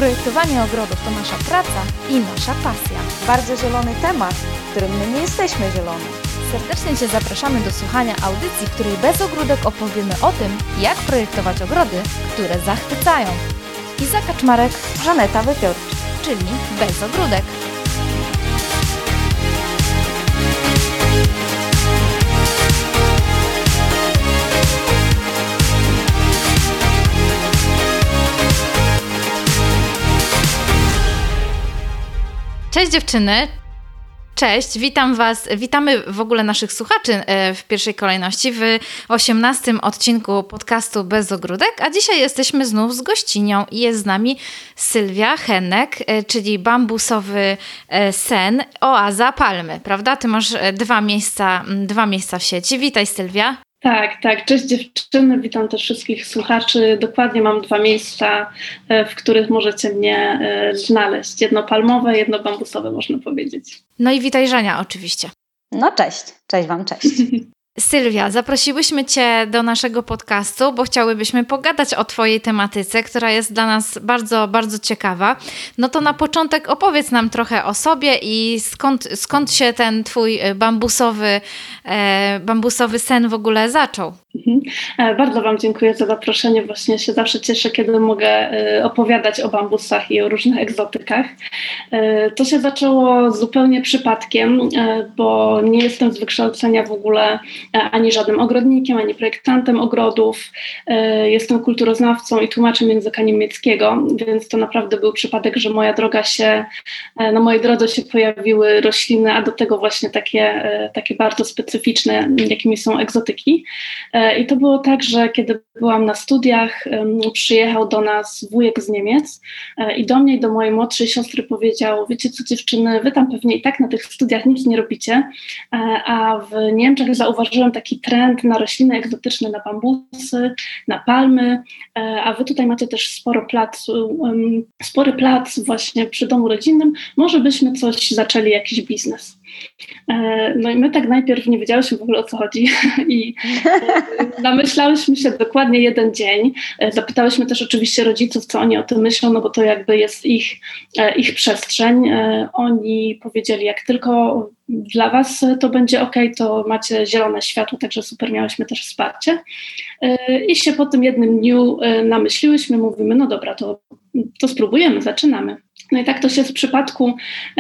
Projektowanie ogrodów to nasza praca i nasza pasja. Bardzo zielony temat, w którym my nie jesteśmy zieloni. Serdecznie Cię zapraszamy do słuchania audycji, w której bez ogródek opowiemy o tym, jak projektować ogrody, które zachwycają. Iza Kaczmarek, Żaneta Wypiorcz, czyli bez ogródek. Cześć dziewczyny! Cześć, witam Was, witamy w ogóle naszych słuchaczy w pierwszej kolejności w 18 odcinku podcastu Bez Ogródek, a dzisiaj jesteśmy znów z gościnią i jest z nami Sylwia Henek, czyli bambusowy sen, oaza palmy, prawda? Ty masz dwa miejsca w sieci. Witaj Sylwia. Tak. Cześć dziewczyny, witam też wszystkich słuchaczy. Dokładnie mam 2 miejsca, w których możecie mnie znaleźć. Jedno palmowe, jedno bambusowe, można powiedzieć. No i witaj Żania oczywiście. No cześć Wam, cześć. Sylwia, zaprosiłyśmy Cię do naszego podcastu, bo chciałybyśmy pogadać o Twojej tematyce, która jest dla nas bardzo, bardzo ciekawa. No to na początek opowiedz nam trochę o sobie i skąd się ten Twój bambusowy sen w ogóle zaczął? Bardzo Wam dziękuję za zaproszenie. Właśnie się zawsze cieszę, kiedy mogę opowiadać o bambusach i o różnych egzotykach. To się zaczęło zupełnie przypadkiem, bo nie jestem z wykształcenia w ogóle ani żadnym ogrodnikiem, ani projektantem ogrodów. Jestem kulturoznawcą i tłumaczem języka niemieckiego, więc to naprawdę był przypadek, że na mojej drodze się pojawiły rośliny, a do tego właśnie takie bardzo specyficzne, jakimi są egzotyki. I to było tak, że kiedy byłam na studiach, przyjechał do nas wujek z Niemiec i do mnie i do mojej młodszej siostry powiedział: wiecie co dziewczyny, wy tam pewnie i tak na tych studiach nic nie robicie, a w Niemczech zauważyłem taki trend na rośliny egzotyczne, na bambusy, na palmy, a wy tutaj macie też spory plac właśnie przy domu rodzinnym, może byśmy coś zaczęli, jakiś biznes. No i my tak najpierw nie wiedziałyśmy w ogóle, o co chodzi i namyślałyśmy się dokładnie jeden dzień. Zapytałyśmy też oczywiście rodziców, co oni o tym myślą, no bo to jakby jest ich przestrzeń. Oni powiedzieli, jak tylko dla was to będzie okej, to macie zielone światło, także super, miałyśmy też wsparcie. I się po tym jednym dniu namyśliłyśmy, mówimy, no dobra, to spróbujemy, zaczynamy. No i tak to się z przypadku,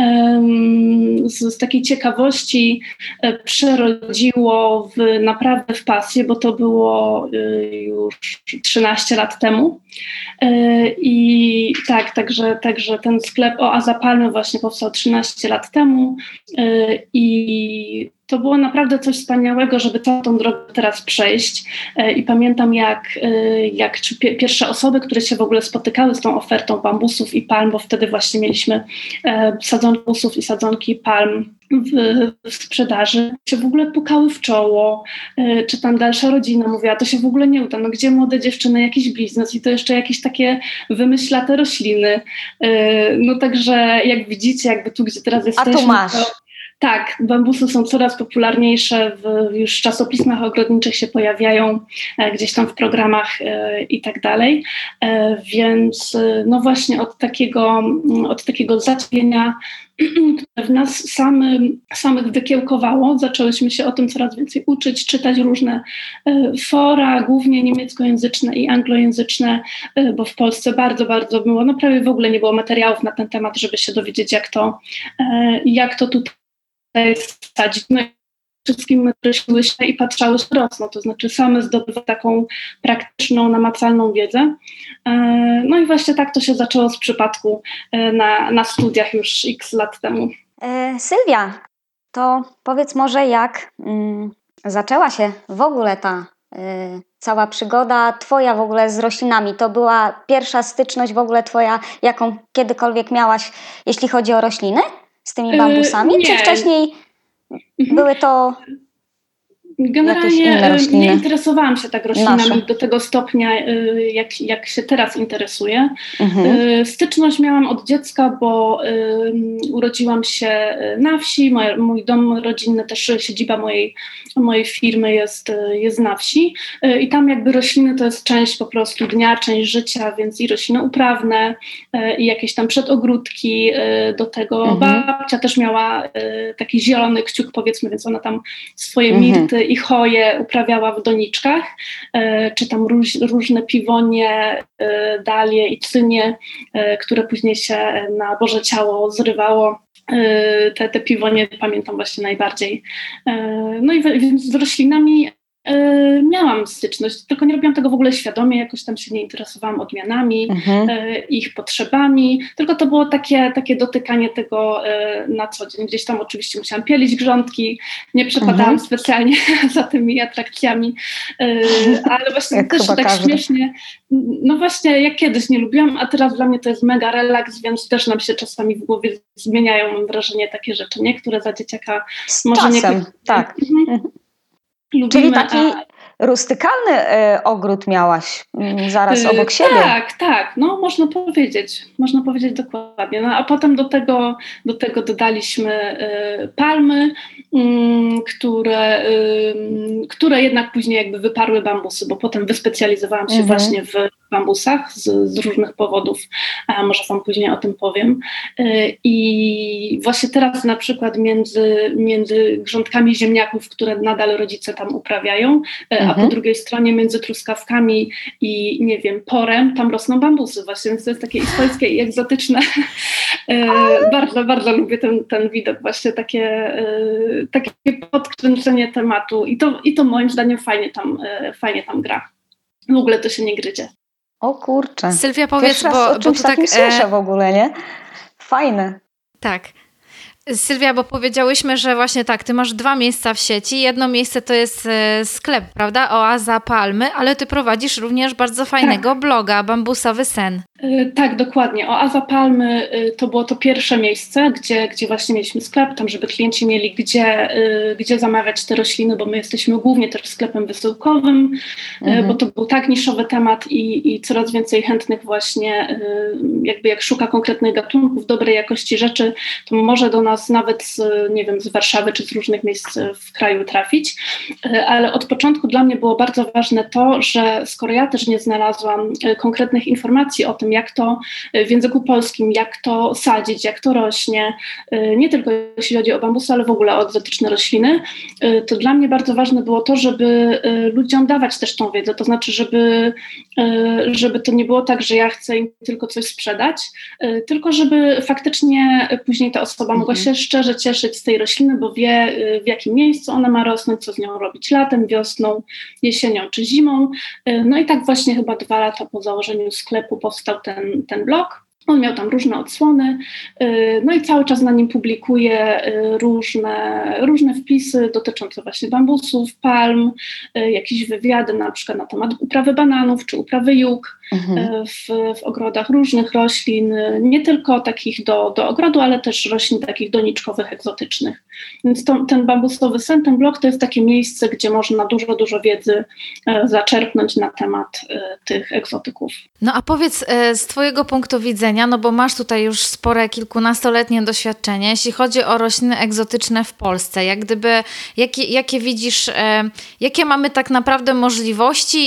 z takiej ciekawości przerodziło naprawdę w pasję, bo to było już 13 lat temu. I także ten sklep Oaza Palmy właśnie powstał 13 lat temu i to było naprawdę coś wspaniałego, żeby całą tą drogę teraz przejść. I pamiętam jak pierwsze osoby, które się w ogóle spotykały z tą ofertą bambusów i palm, bo wtedy właśnie mieliśmy sadzonki bambusów i sadzonki palm w sprzedaży, się w ogóle pukały w czoło, czy tam dalsza rodzina mówiła, to się w ogóle nie uda, no gdzie młode dziewczyny, jakiś biznes i to jeszcze jakieś takie wymyślate rośliny. No także jak widzicie, jakby tu, gdzie teraz jesteśmy. A tu masz. Tak, bambusy są coraz popularniejsze, już w czasopismach ogrodniczych się pojawiają, gdzieś tam w programach i tak dalej, więc no właśnie od takiego zaćmienia, które w nas samych wykiełkowało, zaczęłyśmy się o tym coraz więcej uczyć, czytać różne fora, głównie niemieckojęzyczne i anglojęzyczne, bo w Polsce bardzo, bardzo było, no prawie w ogóle nie było materiałów na ten temat, żeby się dowiedzieć, jak to tutaj sadzić. No i wszystkim myślałyśmy i patrzałyśmy rosną, to znaczy same zdobywały taką praktyczną, namacalną wiedzę. No i właśnie tak to się zaczęło z przypadku na studiach już x lat temu. Sylwia, to powiedz może, jak zaczęła się w ogóle ta cała przygoda twoja w ogóle z roślinami? To była pierwsza styczność w ogóle twoja, jaką kiedykolwiek miałaś, jeśli chodzi o rośliny? Z tymi bambusami? Nie. Czy wcześniej były to Generalnie nie interesowałam się tak roślinami do tego stopnia, jak się teraz interesuję. Styczność miałam od dziecka, bo urodziłam się na wsi. Mój dom rodzinny, też siedziba mojej firmy jest na wsi. I tam jakby rośliny to jest część po prostu dnia, część życia, więc i rośliny uprawne, i jakieś tam przedogródki do tego. Babcia też miała taki zielony kciuk, powiedzmy, więc ona tam swoje mirty i choje uprawiała w doniczkach, czy tam różne piwonie, dalie i cynie, które później się na Boże Ciało zrywało. Te piwonie pamiętam właśnie najbardziej. No i więc z roślinami miałam styczność, tylko nie robiłam tego w ogóle świadomie, jakoś tam się nie interesowałam odmianami, ich potrzebami, tylko to było takie dotykanie tego na co dzień. Gdzieś tam oczywiście musiałam pielić grządki, nie przepadałam specjalnie za tymi atrakcjami, ale właśnie jak też tak każdy. śmiesznie, no właśnie jak kiedyś nie lubiłam, a teraz dla mnie to jest mega relaks, więc też nam się czasami w głowie zmieniają, mam wrażenie, takie rzeczy, nie? Które za dzieciaka z może czasem, nie... tak. Lubimy, Czyli taki rustykalny ogród miałaś zaraz obok siebie. Tak, no można powiedzieć dokładnie. No, a potem do tego dodaliśmy palmy, które jednak później jakby wyparły bambusy, bo potem wyspecjalizowałam się właśnie w bambusach z różnych powodów, a może wam później o tym powiem. I właśnie teraz na przykład między grządkami ziemniaków, które nadal rodzice tam uprawiają, a po drugiej stronie między truskawkami i nie wiem, porem, tam rosną bambusy właśnie, więc to jest takie i swojskie i egzotyczne. Bardzo, bardzo lubię ten widok, właśnie takie podkręcenie tematu i to moim zdaniem fajnie tam gra. W ogóle to się nie gryzie. O kurczę. Sylwia, powiedz, bo tu tak słyszę w ogóle, nie? Fajne. Tak. Sylwia, bo powiedziałyśmy, że właśnie tak, ty masz 2 miejsca w sieci. Jedno miejsce to jest sklep, prawda? Oaza Palmy, ale ty prowadzisz również bardzo fajnego bloga, Bambusowy Sen. Tak, dokładnie. Oaza Palmy to było to pierwsze miejsce, gdzie właśnie mieliśmy sklep, tam żeby klienci mieli gdzie zamawiać te rośliny, bo my jesteśmy głównie też sklepem wysyłkowym, bo to był tak niszowy temat i coraz więcej chętnych właśnie, jakby jak szuka konkretnych gatunków, dobrej jakości rzeczy, to może do nas nawet z Warszawy czy z różnych miejsc w kraju trafić. Ale od początku dla mnie było bardzo ważne to, że skoro ja też nie znalazłam konkretnych informacji o tym, jak to w języku polskim, jak to sadzić, jak to rośnie, nie tylko jeśli chodzi o bambusy, ale w ogóle o egzotyczne rośliny, to dla mnie bardzo ważne było to, żeby ludziom dawać też tą wiedzę, to znaczy, żeby to nie było tak, że ja chcę im tylko coś sprzedać, tylko żeby faktycznie później ta osoba mogła się szczerze cieszyć z tej rośliny, bo wie, w jakim miejscu ona ma rosnąć, co z nią robić latem, wiosną, jesienią czy zimą. No i tak właśnie chyba 2 lata po założeniu sklepu powstał ten blog. On miał tam różne odsłony, no i cały czas na nim publikuję różne wpisy dotyczące właśnie bambusów, palm, jakieś wywiady na przykład na temat uprawy bananów czy uprawy jug w ogrodach różnych roślin, nie tylko takich do ogrodu, ale też roślin takich doniczkowych, egzotycznych. Więc ten Bambusowy Sen, ten blog to jest takie miejsce, gdzie można dużo wiedzy zaczerpnąć na temat tych egzotyków. No a powiedz z twojego punktu widzenia, no bo masz tutaj już spore kilkunastoletnie doświadczenie, jeśli chodzi o rośliny egzotyczne w Polsce, jak gdyby, jakie widzisz, jakie mamy tak naprawdę możliwości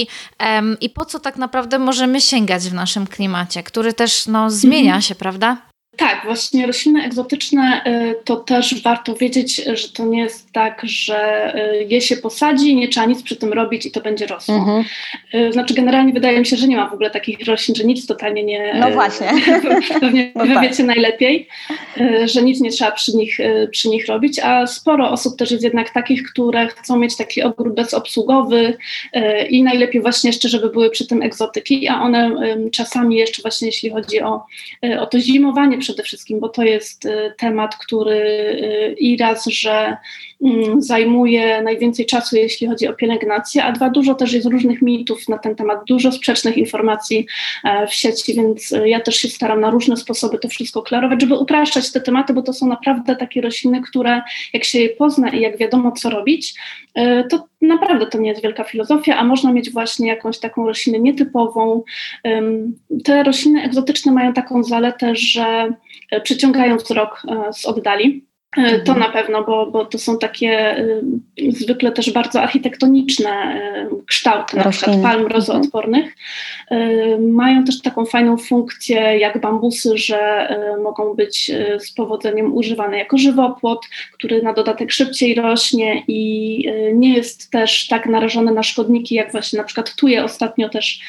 i po co tak naprawdę możemy sięgać w naszym klimacie, który też zmienia się, prawda? Tak, właśnie rośliny egzotyczne to też warto wiedzieć, że to nie jest tak, że je się posadzi, nie trzeba nic przy tym robić i to będzie rosło. Znaczy generalnie wydaje mi się, że nie ma w ogóle takich roślin, że nic totalnie nie... No właśnie. Pewnie wy wiecie najlepiej, że nic nie trzeba przy nich robić, a sporo osób też jest jednak takich, które chcą mieć taki ogród bezobsługowy i najlepiej właśnie jeszcze, żeby były przy tym egzotyki, a one czasami jeszcze właśnie jeśli chodzi o to zimowanie przede wszystkim, bo to jest temat, który i raz, że zajmuje najwięcej czasu, jeśli chodzi o pielęgnację, a dwa, dużo też jest różnych mitów na ten temat, dużo sprzecznych informacji w sieci, więc ja też się staram na różne sposoby to wszystko klarować, żeby upraszczać te tematy, bo to są naprawdę takie rośliny, które jak się je pozna i jak wiadomo co robić, to naprawdę to nie jest wielka filozofia, a można mieć właśnie jakąś taką roślinę nietypową. Te rośliny egzotyczne mają taką zaletę, że przyciągają wzrok z oddali. To na pewno, bo to są takie zwykle też bardzo architektoniczne kształty, na przykład palm mrozoodpornych. Mają też taką fajną funkcję jak bambusy, że mogą być z powodzeniem używane jako żywopłot, który na dodatek szybciej rośnie i nie jest też tak narażony na szkodniki, jak właśnie na przykład tuje ostatnio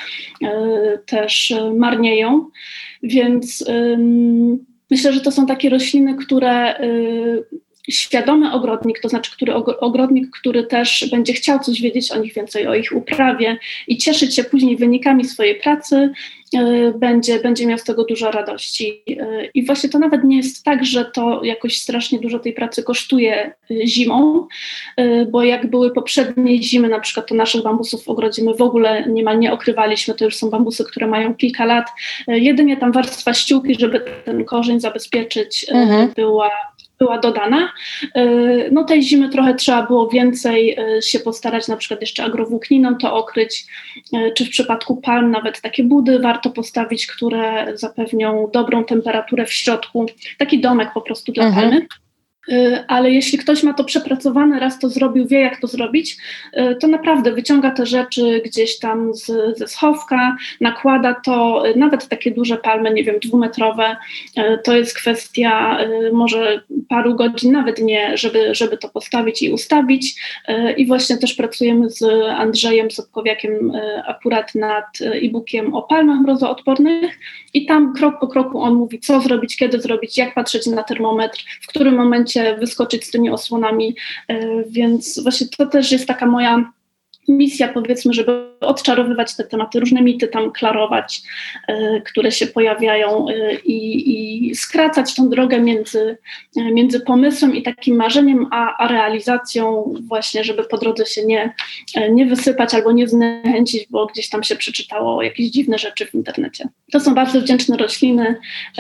też marnieją. Więc myślę, że to są takie rośliny, które świadomy ogrodnik, to znaczy ogrodnik, który też będzie chciał coś wiedzieć o nich więcej, o ich uprawie i cieszyć się później wynikami swojej pracy, będzie miał z tego dużo radości. I właśnie to nawet nie jest tak, że to jakoś strasznie dużo tej pracy kosztuje zimą, bo jak były poprzednie zimy, na przykład to naszych bambusów w ogrodzie my w ogóle niemal nie okrywaliśmy, to już są bambusy, które mają kilka lat. Jedynie tam warstwa ściółki, żeby ten korzeń zabezpieczyć, była dodana. No tej zimy trochę trzeba było więcej się postarać, na przykład jeszcze agrowłókniną to okryć, czy w przypadku palm nawet takie budy warto postawić, które zapewnią dobrą temperaturę w środku. Taki domek po prostu dla palmy. Ale jeśli ktoś ma to przepracowane, raz to zrobił, wie jak to zrobić, to naprawdę wyciąga te rzeczy gdzieś tam ze schowka, nakłada to, nawet takie duże palmy, nie wiem, 2-metrowe, to jest kwestia może paru godzin, nawet nie, żeby to postawić i ustawić. I właśnie też pracujemy z Andrzejem Sobkowiakiem akurat nad e-bookiem o palmach mrozoodpornych i tam krok po kroku on mówi, co zrobić, kiedy zrobić, jak patrzeć na termometr, w którym momencie wyskoczyć z tymi osłonami, więc właśnie to też jest taka moja misja, powiedzmy, żeby odczarowywać te tematy, różne mity tam klarować, które się pojawiają i skracać tą drogę między pomysłem i takim marzeniem, a realizacją właśnie, żeby po drodze się nie wysypać albo nie zniechęcić, bo gdzieś tam się przeczytało jakieś dziwne rzeczy w internecie. To są bardzo wdzięczne rośliny.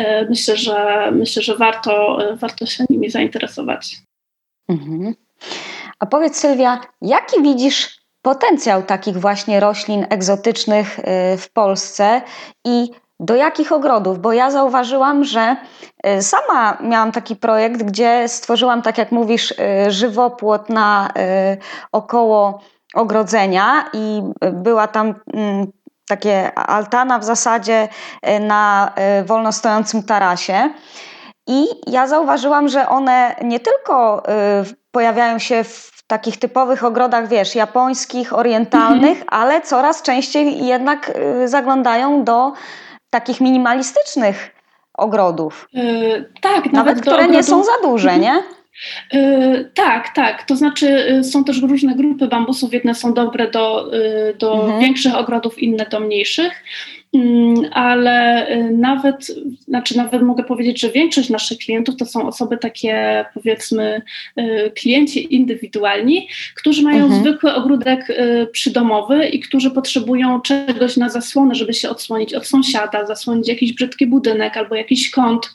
Myślę, że warto się nimi zainteresować. Mhm. A powiedz, Sylwia, jaki widzisz potencjał takich właśnie roślin egzotycznych w Polsce i do jakich ogrodów? Bo ja zauważyłam, że sama miałam taki projekt, gdzie stworzyłam, tak jak mówisz, żywopłot około ogrodzenia i była tam takie altana w zasadzie na wolno stojącym tarasie. I ja zauważyłam, że one nie tylko pojawiają się w takich typowych ogrodach, wiesz, japońskich, orientalnych, ale coraz częściej jednak zaglądają do takich minimalistycznych ogrodów. Tak, nawet które nie są za duże, nie? Tak. To znaczy są też różne grupy bambusów. Jedne są dobre do większych ogrodów, inne do mniejszych. Ale nawet mogę powiedzieć, że większość naszych klientów to są osoby takie, powiedzmy, klienci indywidualni, którzy mają zwykły ogródek przydomowy i którzy potrzebują czegoś na zasłonę, żeby się odsłonić od sąsiada, zasłonić jakiś brzydki budynek albo jakiś kąt,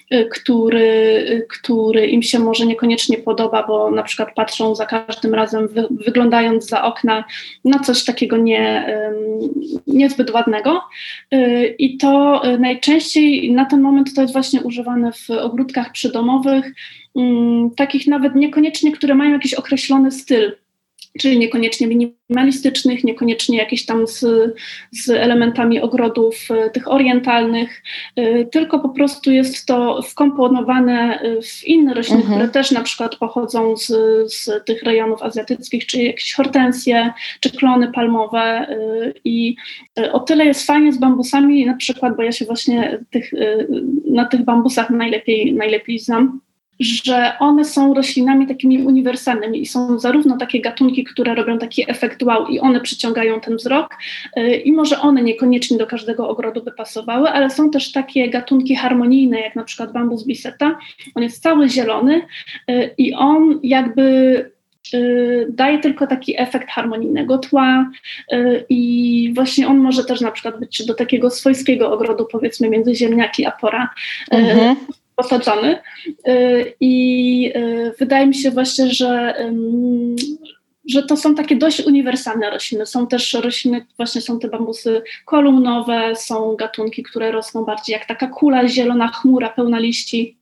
który im się może niekoniecznie podoba, bo na przykład patrzą za każdym razem, wyglądając za okna, na coś takiego niezbyt ładnego. I to najczęściej na ten moment to jest właśnie używane w ogródkach przydomowych, takich nawet niekoniecznie, które mają jakiś określony styl, czyli niekoniecznie minimalistycznych, niekoniecznie jakieś tam z elementami ogrodów tych orientalnych, tylko po prostu jest to wkomponowane w inne rośliny, które też na przykład pochodzą z tych rejonów azjatyckich, czy jakieś hortensje, czy klony palmowe i o tyle jest fajnie z bambusami, na przykład, bo ja się właśnie na tych bambusach najlepiej znam, że one są roślinami takimi uniwersalnymi i są zarówno takie gatunki, które robią taki efekt wow i one przyciągają ten wzrok i może one niekoniecznie do każdego ogrodu by pasowały, ale są też takie gatunki harmonijne, jak na przykład Bambus biseta. On jest cały zielony i on jakby daje tylko taki efekt harmonijnego tła i właśnie on może też na przykład być do takiego swojskiego ogrodu, powiedzmy między ziemniaki a pora posadzony i wydaje mi się właśnie, że to są takie dość uniwersalne rośliny. Są też rośliny, właśnie są te bambusy kolumnowe, są gatunki, które rosną bardziej jak taka kula, zielona chmura pełna liści.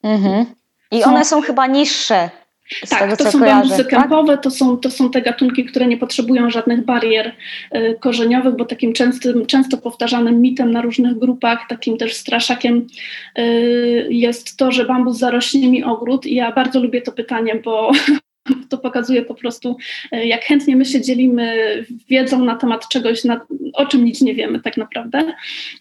I one są chyba niższe. Tak, to są bambusy kępowe, to są te gatunki, które nie potrzebują żadnych barier korzeniowych, bo takim często powtarzanym mitem na różnych grupach, takim też straszakiem jest to, że bambus zarośnie mi ogród i ja bardzo lubię to pytanie, bo to pokazuje po prostu, jak chętnie my się dzielimy wiedzą na temat czegoś, o czym nic nie wiemy tak naprawdę,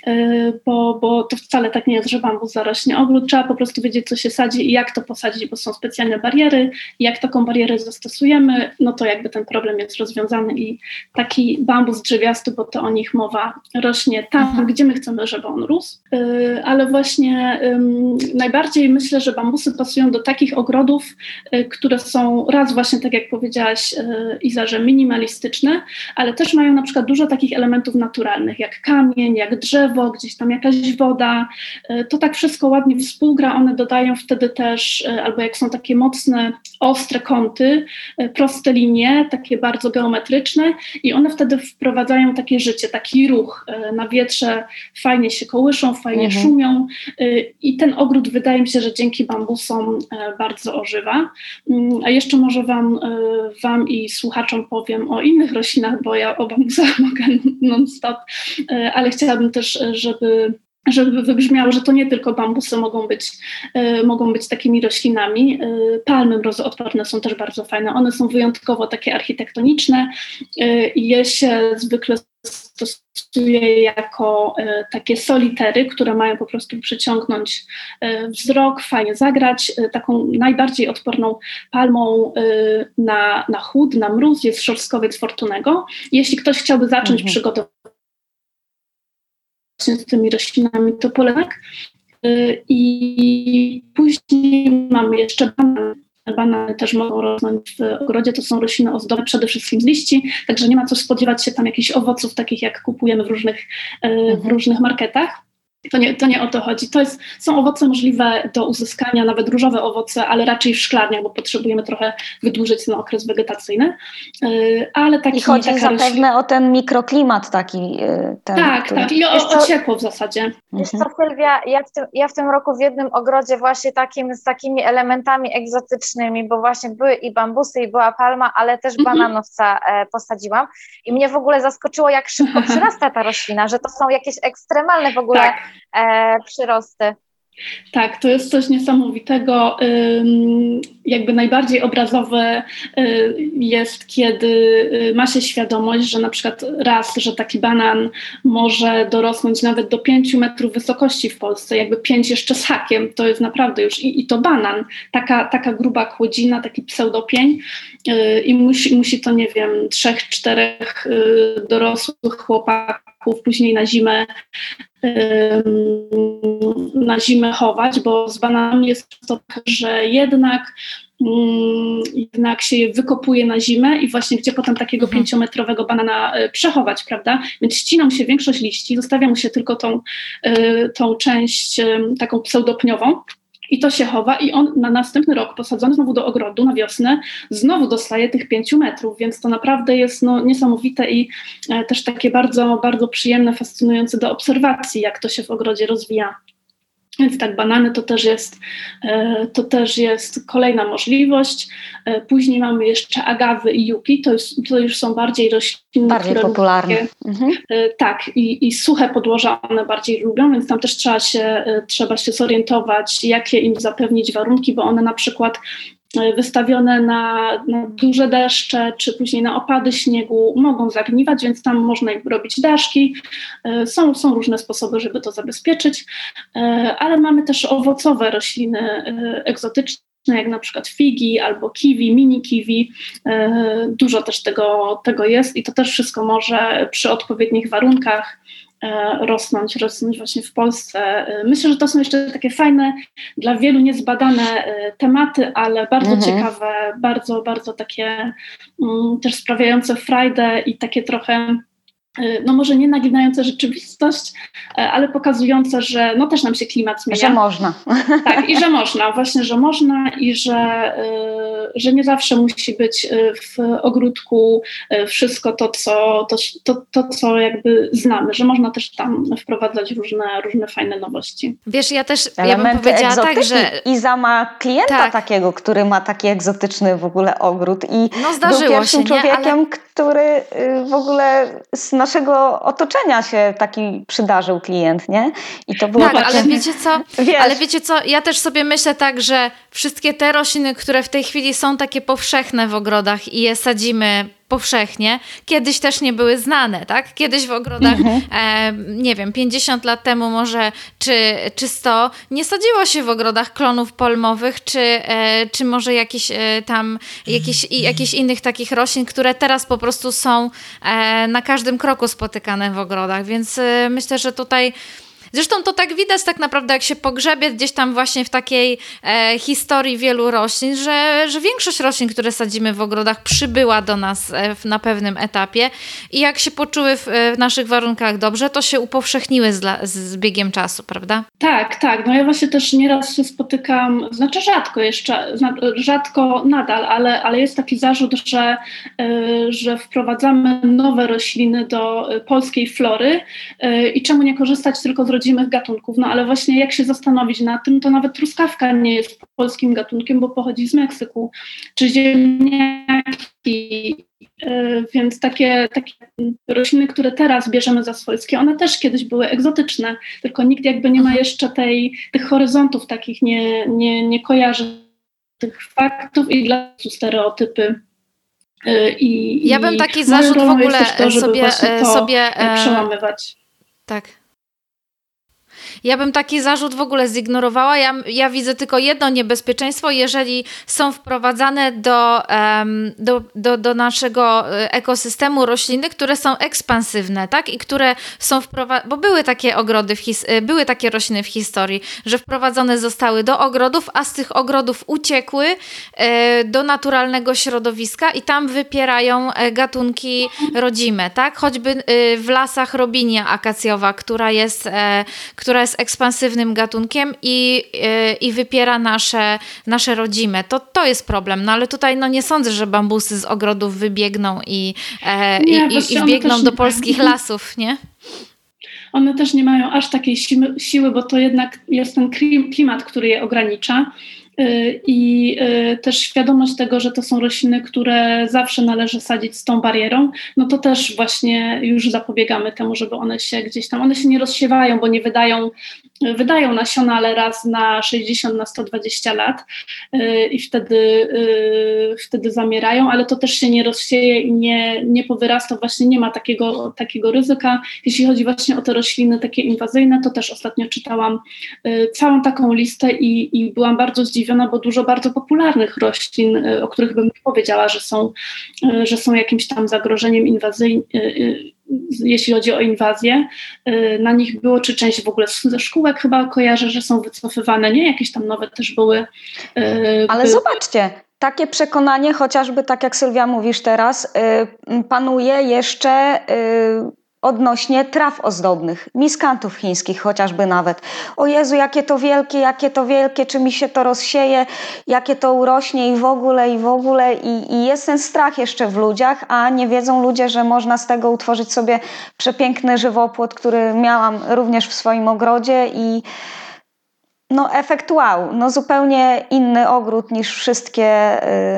bo to wcale tak nie jest, że bambus zarośnie ogród. Trzeba po prostu wiedzieć, co się sadzi i jak to posadzić, bo są specjalne bariery. I jak taką barierę zastosujemy, no to jakby ten problem jest rozwiązany i taki bambus drzewiasty, bo to o nich mowa, rośnie tam, gdzie my chcemy, żeby on rósł. Ale właśnie najbardziej myślę, że bambusy pasują do takich ogrodów, które są raz właśnie, tak jak powiedziałaś Iza, że minimalistyczne, ale też mają na przykład dużo takich elementów naturalnych, jak kamień, jak drzewo, gdzieś tam jakaś woda. To tak wszystko ładnie współgra, one dodają wtedy też, albo jak są takie mocne, ostre kąty, proste linie, takie bardzo geometryczne i one wtedy wprowadzają takie życie, taki ruch. Na wietrze fajnie się kołyszą, fajnie szumią i ten ogród wydaje mi się, że dzięki bambusom bardzo ożywa. A jeszcze może wam i słuchaczom powiem o innych roślinach, bo ja o bambusach mogę non-stop, ale chciałabym też, żeby wybrzmiało, że to nie tylko bambusy mogą być takimi roślinami. Palmy mrozoodporne są też bardzo fajne. One są wyjątkowo takie architektoniczne i je się zwykle stosuje jako takie solitery, które mają po prostu przyciągnąć wzrok, fajnie zagrać. Taką najbardziej odporną palmą na chłód, na mróz jest szorstkowiec Fortunego. Jeśli ktoś chciałby zacząć przygodę z tymi roślinami, to polenek. I później mamy jeszcze banany. Banany też mogą rosnąć w ogrodzie, to są rośliny ozdobne przede wszystkim z liści, także nie ma co spodziewać się tam jakichś owoców, takich jak kupujemy w różnych marketach. To nie o to chodzi. Są owoce możliwe do uzyskania, nawet różowe owoce, ale raczej w szklarniach, bo potrzebujemy trochę wydłużyć ten okres wegetacyjny. Ale I chodzi zapewne o ten mikroklimat taki. Tak, i o ciepło w zasadzie. Wiesz co, Sylwia, ja w tym roku w jednym ogrodzie właśnie z takimi elementami egzotycznymi, bo właśnie były i bambusy, i była palma, ale też bananowca posadziłam i mnie w ogóle zaskoczyło, jak szybko przyrasta ta roślina, że to są jakieś ekstremalne w ogóle przyrosty. Tak, to jest coś niesamowitego. Jakby najbardziej obrazowe jest, kiedy ma się świadomość, że na przykład że taki banan może dorosnąć nawet do 5 metrów wysokości w Polsce, jakby 5 jeszcze z hakiem, to jest naprawdę już i to banan, taka gruba kłodzina, taki pseudopień i musi to, nie wiem, 3-4 dorosłych chłopaków później na zimę chować, bo z bananami jest to, że jednak się je wykopuje na zimę i właśnie gdzie potem takiego 5-metrowego banana przechować, prawda? Więc ścina mu się większość liści, zostawia mu się tylko tą część taką pseudopniową i to się chowa i on na następny rok posadzony znowu do ogrodu na wiosnę znowu dostaje tych 5 metrów, więc to naprawdę jest niesamowite i też takie bardzo, bardzo przyjemne, fascynujące do obserwacji, jak to się w ogrodzie rozwija. Więc tak, banany to też jest kolejna możliwość. Później mamy jeszcze agawy i juki, to już są bardziej rośliny, bardziej popularne. Tak, i suche podłoża one bardziej lubią, więc tam też trzeba się zorientować, jakie im zapewnić warunki, bo one na przykład wystawione na duże deszcze, czy później na opady śniegu, mogą zagniwać, więc tam można im robić daszki. Są różne sposoby, żeby to zabezpieczyć, ale mamy też owocowe rośliny egzotyczne, jak na przykład figi albo kiwi, mini kiwi. Dużo też tego jest i to też wszystko może przy odpowiednich warunkach rosnąć właśnie w Polsce. Myślę, że to są jeszcze takie fajne, dla wielu niezbadane tematy, ale bardzo ciekawe, bardzo, bardzo takie też sprawiające frajdę i takie trochę, no może nie naginające rzeczywistość, ale pokazujące, że no też nam się klimat zmienia. Że można. Tak, i że można, właśnie, że można i że nie zawsze musi być w ogródku wszystko to, co jakby znamy, że można też tam wprowadzać różne fajne nowości. Wiesz, ja Elementy bym powiedziała egzotyki. tak, że... Iza ma klienta takiego, który ma taki egzotyczny w ogóle ogród i był pierwszym człowiekiem, który w ogóle z naszego otoczenia się taki przydarzył klient, nie? I to było takie... ale wiecie co, ja też sobie myślę tak, że wszystkie te rośliny, które w tej chwili są takie powszechne w ogrodach i je sadzimy powszechnie, kiedyś też nie były znane, tak? Kiedyś w ogrodach, nie wiem, 50 lat temu może, czy 100, nie sadziło się w ogrodach klonów palmowych, czy może jakichś innych takich roślin, które teraz po prostu są na każdym kroku spotykane w ogrodach, więc myślę, że tutaj zresztą to tak widać tak naprawdę, jak się pogrzebie gdzieś tam właśnie w takiej historii wielu roślin, że większość roślin, które sadzimy w ogrodach, przybyła do nas na pewnym etapie i jak się poczuły w naszych warunkach dobrze, to się upowszechniły z biegiem czasu, prawda? Tak. No ja właśnie też nieraz się spotykam, znaczy rzadko nadal, ale jest taki zarzut, że wprowadzamy nowe rośliny do polskiej flory i czemu nie korzystać tylko z rodzimych gatunków, no ale właśnie jak się zastanowić nad tym, to nawet truskawka nie jest polskim gatunkiem, bo pochodzi z Meksyku, czy ziemniaki, więc takie rośliny, które teraz bierzemy za swojskie, one też kiedyś były egzotyczne, tylko nikt jakby nie ma jeszcze tych horyzontów takich, nie kojarzy tych faktów i dla stereotypy. Ja bym taki zarzut w ogóle sobie przełamywać. Tak. Ja bym taki zarzut w ogóle zignorowała. Ja widzę tylko jedno niebezpieczeństwo, jeżeli są wprowadzane do naszego ekosystemu rośliny, które są ekspansywne, tak? I które są bo były takie ogrody, były takie rośliny w historii, że wprowadzone zostały do ogrodów, a z tych ogrodów uciekły do naturalnego środowiska i tam wypierają gatunki rodzime, tak? Choćby w lasach robinia akacjowa, która jest ekspansywnym gatunkiem i wypiera nasze rodzime. To jest problem. No ale tutaj nie sądzę, że bambusy z ogrodów wybiegną i wbiegną do polskich lasów, nie? One też nie mają aż takiej siły, bo to jednak jest ten klimat, który je ogranicza. I też świadomość tego, że to są rośliny, które zawsze należy sadzić z tą barierą, no to też właśnie już zapobiegamy temu, żeby one się gdzieś tam, one się nie rozsiewają, bo nie wydają nasiona, ale raz na 60, na 120 lat i wtedy zamierają, ale to też się nie rozsieje i nie powyrasta, właśnie nie ma takiego ryzyka. Jeśli chodzi właśnie o te rośliny takie inwazyjne, to też ostatnio czytałam całą taką listę i byłam bardzo zdziwiona, bo dużo bardzo popularnych roślin, o których bym powiedziała, że są jakimś tam zagrożeniem inwazyjnym, jeśli chodzi o inwazję, na nich było, czy część w ogóle ze szkółek chyba kojarzę, że są wycofywane, nie? Jakieś tam nowe też były. Ale zobaczcie, takie przekonanie, chociażby tak jak Sylwia mówisz teraz, panuje jeszcze odnośnie traw ozdobnych, miskantów chińskich chociażby nawet. O Jezu, jakie to wielkie, czy mi się to rozsieje, jakie to urośnie i w ogóle. I jest ten strach jeszcze w ludziach, a nie wiedzą ludzie, że można z tego utworzyć sobie przepiękny żywopłot, który miałam również w swoim ogrodzie i efekt wow, zupełnie inny ogród niż wszystkie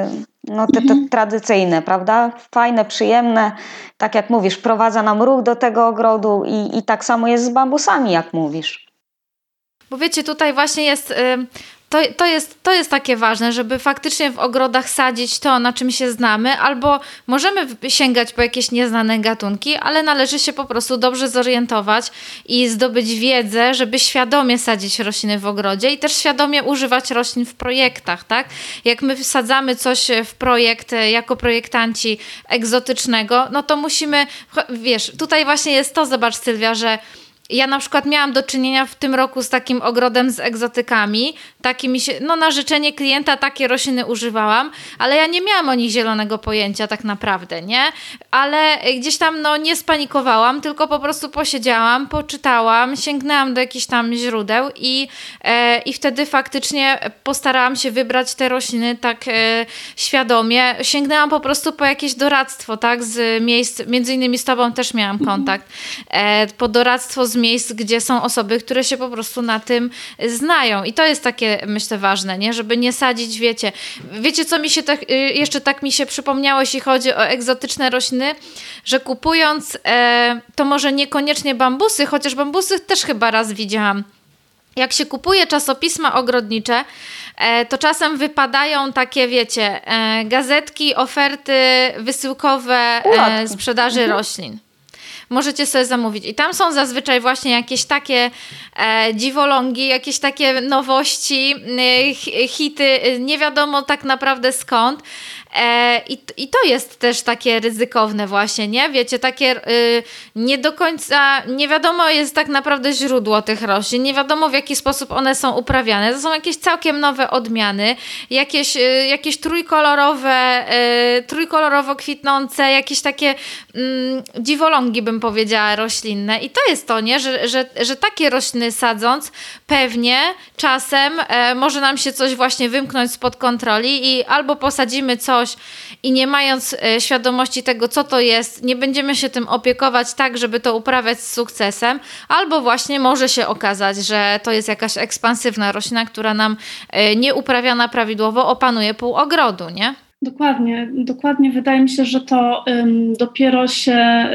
te tradycyjne, prawda? Fajne, przyjemne, tak jak mówisz, wprowadza nam ruch do tego ogrodu i tak samo jest z bambusami, jak mówisz. Bo wiecie, tutaj właśnie jest to jest takie ważne, żeby faktycznie w ogrodach sadzić to, na czym się znamy, albo możemy sięgać po jakieś nieznane gatunki, ale należy się po prostu dobrze zorientować i zdobyć wiedzę, żeby świadomie sadzić rośliny w ogrodzie i też świadomie używać roślin w projektach, tak? Jak my wsadzamy coś w projekt jako projektanci egzotycznego, no to musimy, wiesz, tutaj właśnie jest to, zobacz Sylwia, że ja na przykład miałam do czynienia w tym roku z takim ogrodem z egzotykami, na życzenie klienta takie rośliny używałam, ale ja nie miałam o nich zielonego pojęcia tak naprawdę, nie? Ale gdzieś tam nie spanikowałam, tylko po prostu posiedziałam, poczytałam, sięgnęłam do jakichś tam źródeł i wtedy faktycznie postarałam się wybrać te rośliny tak świadomie. Sięgnęłam po prostu po jakieś doradztwo, tak? Z miejsc, między innymi z tobą też miałam kontakt, po doradztwo z miejsc, gdzie są osoby, które się po prostu na tym znają. I to jest takie, myślę, ważne, nie? Żeby nie sadzić, wiecie, co mi się jeszcze tak mi się przypomniało, jeśli chodzi o egzotyczne rośliny, że kupując to może niekoniecznie bambusy, chociaż bambusy też chyba raz widziałam. Jak się kupuje czasopisma ogrodnicze, to czasem wypadają takie, wiecie, gazetki, oferty wysyłkowe sprzedaży roślin. Możecie sobie zamówić. I tam są zazwyczaj właśnie jakieś takie dziwolągi, jakieś takie nowości, hity, nie wiadomo tak naprawdę skąd. I to jest też takie ryzykowne właśnie, nie? Wiecie, takie nie do końca, nie wiadomo jest tak naprawdę źródło tych roślin, nie wiadomo w jaki sposób one są uprawiane. To są jakieś całkiem nowe odmiany, jakieś trójkolorowo kwitnące, jakieś takie dziwolągi, bym powiedziała, roślinne. I to jest to, nie? Że takie rośliny sadząc, pewnie czasem może nam się coś właśnie wymknąć spod kontroli i albo posadzimy coś i nie mając świadomości tego, co to jest, nie będziemy się tym opiekować tak, żeby to uprawiać z sukcesem, albo właśnie może się okazać, że to jest jakaś ekspansywna roślina, która nam nieuprawiana prawidłowo opanuje pół ogrodu, nie? Dokładnie. Wydaje mi się, że to dopiero się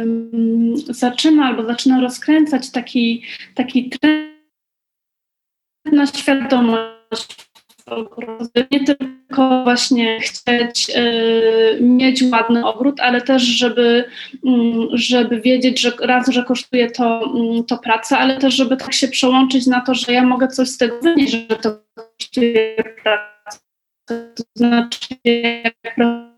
zaczyna rozkręcać taki trend na świadomość. Nie tylko właśnie chcieć mieć ładny ogród, ale też żeby wiedzieć, że kosztuje to pracę, ale też żeby tak się przełączyć na to, że ja mogę coś z tego wynieść, że to kosztuje pracę. To znaczy, jak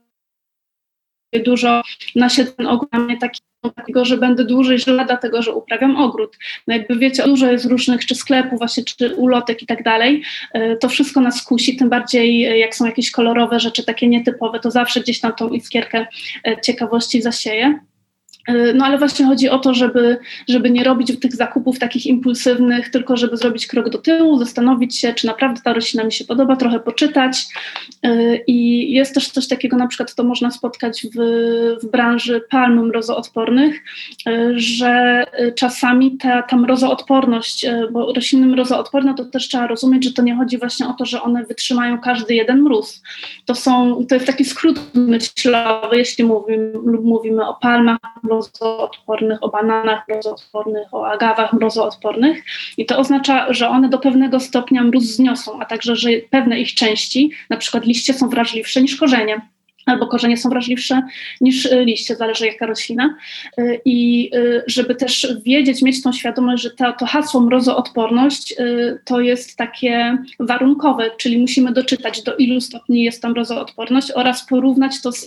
dużo nasiedzeń ten ogród na mnie takiego, że będę dłużej żyła, dlatego że uprawiam ogród. No jakby wiecie, dużo jest różnych, czy sklepów właśnie, czy ulotek i tak dalej, to wszystko nas kusi, tym bardziej jak są jakieś kolorowe rzeczy, takie nietypowe, to zawsze gdzieś tam tą iskierkę ciekawości zasieje. No ale właśnie chodzi o to, żeby nie robić tych zakupów takich impulsywnych, tylko żeby zrobić krok do tyłu, zastanowić się, czy naprawdę ta roślina mi się podoba, trochę poczytać. I jest też coś takiego, na przykład to można spotkać w branży palm mrozoodpornych, że czasami ta mrozoodporność, bo rośliny mrozoodporne to też trzeba rozumieć, że to nie chodzi właśnie o to, że one wytrzymają każdy jeden mróz. To jest taki skrót myślowy, jeśli mówimy o palmach mrozoodpornych, o bananach mrozoodpornych, o agawach mrozoodpornych i to oznacza, że one do pewnego stopnia mróz zniosą, a także, że pewne ich części, na przykład liście, są wrażliwsze niż korzenie. Albo korzenie są wrażliwsze niż liście, zależy jaka roślina. I żeby też wiedzieć, mieć tą świadomość, że to hasło mrozoodporność to jest takie warunkowe, czyli musimy doczytać, do ilu stopni jest ta mrozoodporność oraz porównać to z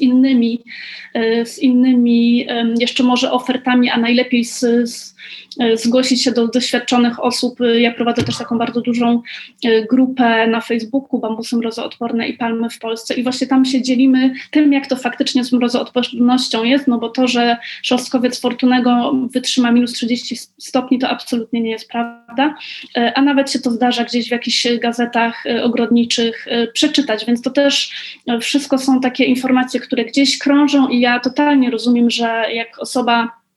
innymi jeszcze może ofertami, a najlepiej zgłosić się do doświadczonych osób. Ja prowadzę też taką bardzo dużą grupę na Facebooku, bambusy mrozoodporne i palmy w Polsce i właśnie tam się dzielimy tym, jak to faktycznie z mrozoodpornością jest, no bo to, że szostkowiec Fortunego wytrzyma minus 30 stopni, to absolutnie nie jest prawda, a nawet się to zdarza gdzieś w jakichś gazetach ogrodniczych przeczytać, więc to też wszystko są takie informacje, które gdzieś krążą i ja totalnie rozumiem, że jak osoba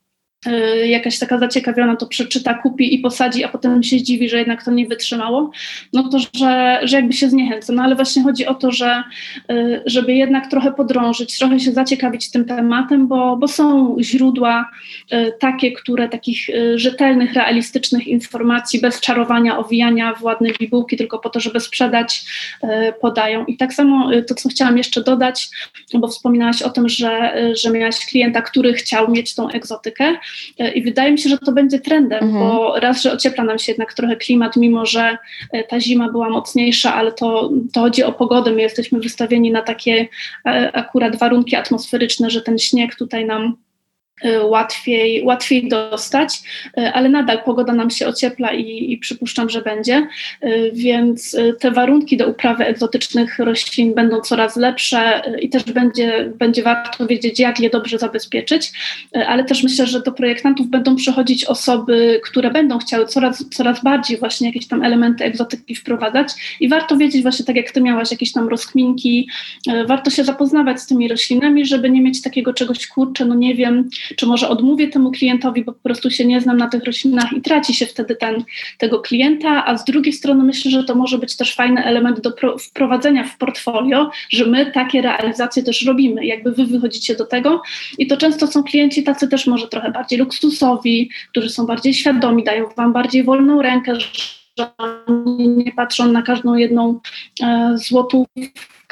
jakaś taka zaciekawiona to przeczyta, kupi i posadzi, a potem się zdziwi, że jednak to nie wytrzymało, no to, że jakby się zniechęca. No ale właśnie chodzi o to, żeby jednak trochę podrążyć, trochę się zaciekawić tym tematem, bo są źródła takie, które takich rzetelnych, realistycznych informacji, bez czarowania, owijania w ładne bibułki, tylko po to, żeby sprzedać, podają. I tak samo to, co chciałam jeszcze dodać, bo wspominałaś o tym, że miałaś klienta, który chciał mieć tą egzotykę, i wydaje mi się, że to będzie trendem, bo raz, że ociepla nam się jednak trochę klimat, mimo że ta zima była mocniejsza, ale to chodzi o pogodę. My jesteśmy wystawieni na takie akurat warunki atmosferyczne, że ten śnieg tutaj nam łatwiej dostać, ale nadal pogoda nam się ociepla i przypuszczam, że będzie, więc te warunki do uprawy egzotycznych roślin będą coraz lepsze i też będzie warto wiedzieć, jak je dobrze zabezpieczyć, ale też myślę, że do projektantów będą przychodzić osoby, które będą chciały coraz bardziej właśnie jakieś tam elementy egzotyki wprowadzać i warto wiedzieć właśnie, tak jak ty miałaś jakieś tam rozkminki, warto się zapoznawać z tymi roślinami, żeby nie mieć takiego czegoś, kurczę, no nie wiem, czy może odmówię temu klientowi, bo po prostu się nie znam na tych roślinach i traci się wtedy tego klienta, a z drugiej strony myślę, że to może być też fajny element do wprowadzenia w portfolio, że my takie realizacje też robimy, jakby wy wychodzicie do tego i to często są klienci tacy też może trochę bardziej luksusowi, którzy są bardziej świadomi, dają wam bardziej wolną rękę, że nie patrzą na każdą jedną złotówkę,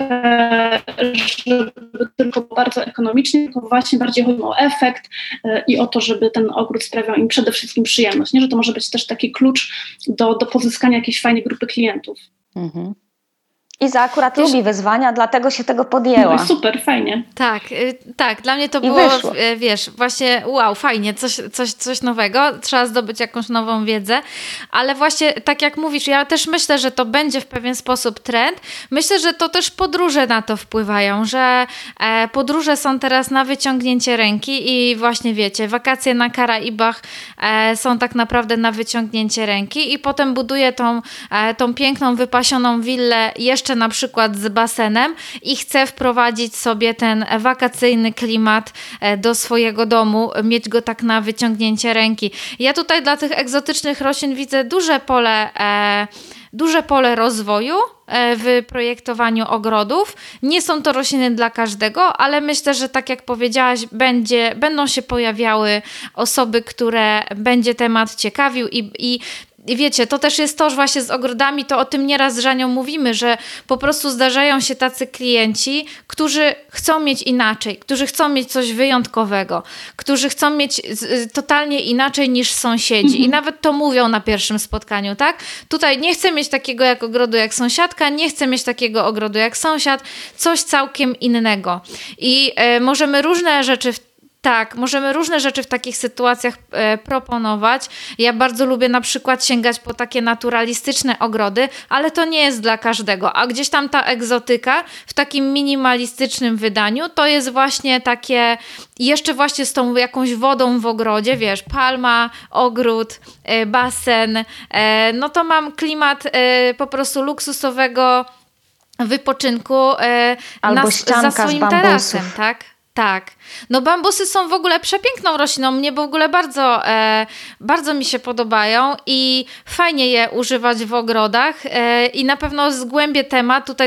żeby tylko bardzo ekonomicznie, tylko właśnie bardziej chodzi o efekt i o to, żeby ten ogród sprawiał im przede wszystkim przyjemność, nie? Że to może być też taki klucz do pozyskania jakiejś fajnej grupy klientów. Mhm. Iza akurat lubi wyzwania, dlatego się tego podjęła. No super, fajnie. Tak, dla mnie to było, wiesz, właśnie wow, fajnie, coś nowego, trzeba zdobyć jakąś nową wiedzę, ale właśnie tak jak mówisz, ja też myślę, że to będzie w pewien sposób trend. Myślę, że to też podróże na to wpływają, że podróże są teraz na wyciągnięcie ręki i właśnie wiecie, wakacje na Karaibach są tak naprawdę na wyciągnięcie ręki i potem buduję tą piękną, wypasioną willę jeszcze na przykład z basenem i chcę wprowadzić sobie ten wakacyjny klimat do swojego domu, mieć go tak na wyciągnięcie ręki. Ja tutaj dla tych egzotycznych roślin widzę duże pole rozwoju w projektowaniu ogrodów. Nie są to rośliny dla każdego, ale myślę, że tak jak powiedziałaś, będą się pojawiały osoby, które będzie temat ciekawił i wiecie, to też jest to, że właśnie z ogrodami, to o tym nieraz z Żanią mówimy, że po prostu zdarzają się tacy klienci, którzy chcą mieć inaczej, którzy chcą mieć coś wyjątkowego, którzy chcą mieć totalnie inaczej niż sąsiedzi i nawet to mówią na pierwszym spotkaniu, tak? Tutaj nie chcę mieć takiego ogrodu jak sąsiadka, nie chcę mieć takiego ogrodu jak sąsiad, coś całkiem innego. I możemy różne rzeczy w takich sytuacjach proponować. Ja bardzo lubię na przykład sięgać po takie naturalistyczne ogrody, ale to nie jest dla każdego. A gdzieś tam ta egzotyka w takim minimalistycznym wydaniu to jest właśnie takie, jeszcze właśnie z tą jakąś wodą w ogrodzie, wiesz, palma, ogród, basen. No to mam klimat po prostu luksusowego wypoczynku albo za swoim tarasem, tak? Tak. No bambusy są w ogóle przepiękną rośliną. Mnie w ogóle bardzo mi się podobają i fajnie je używać w ogrodach i na pewno zgłębię temat. Tutaj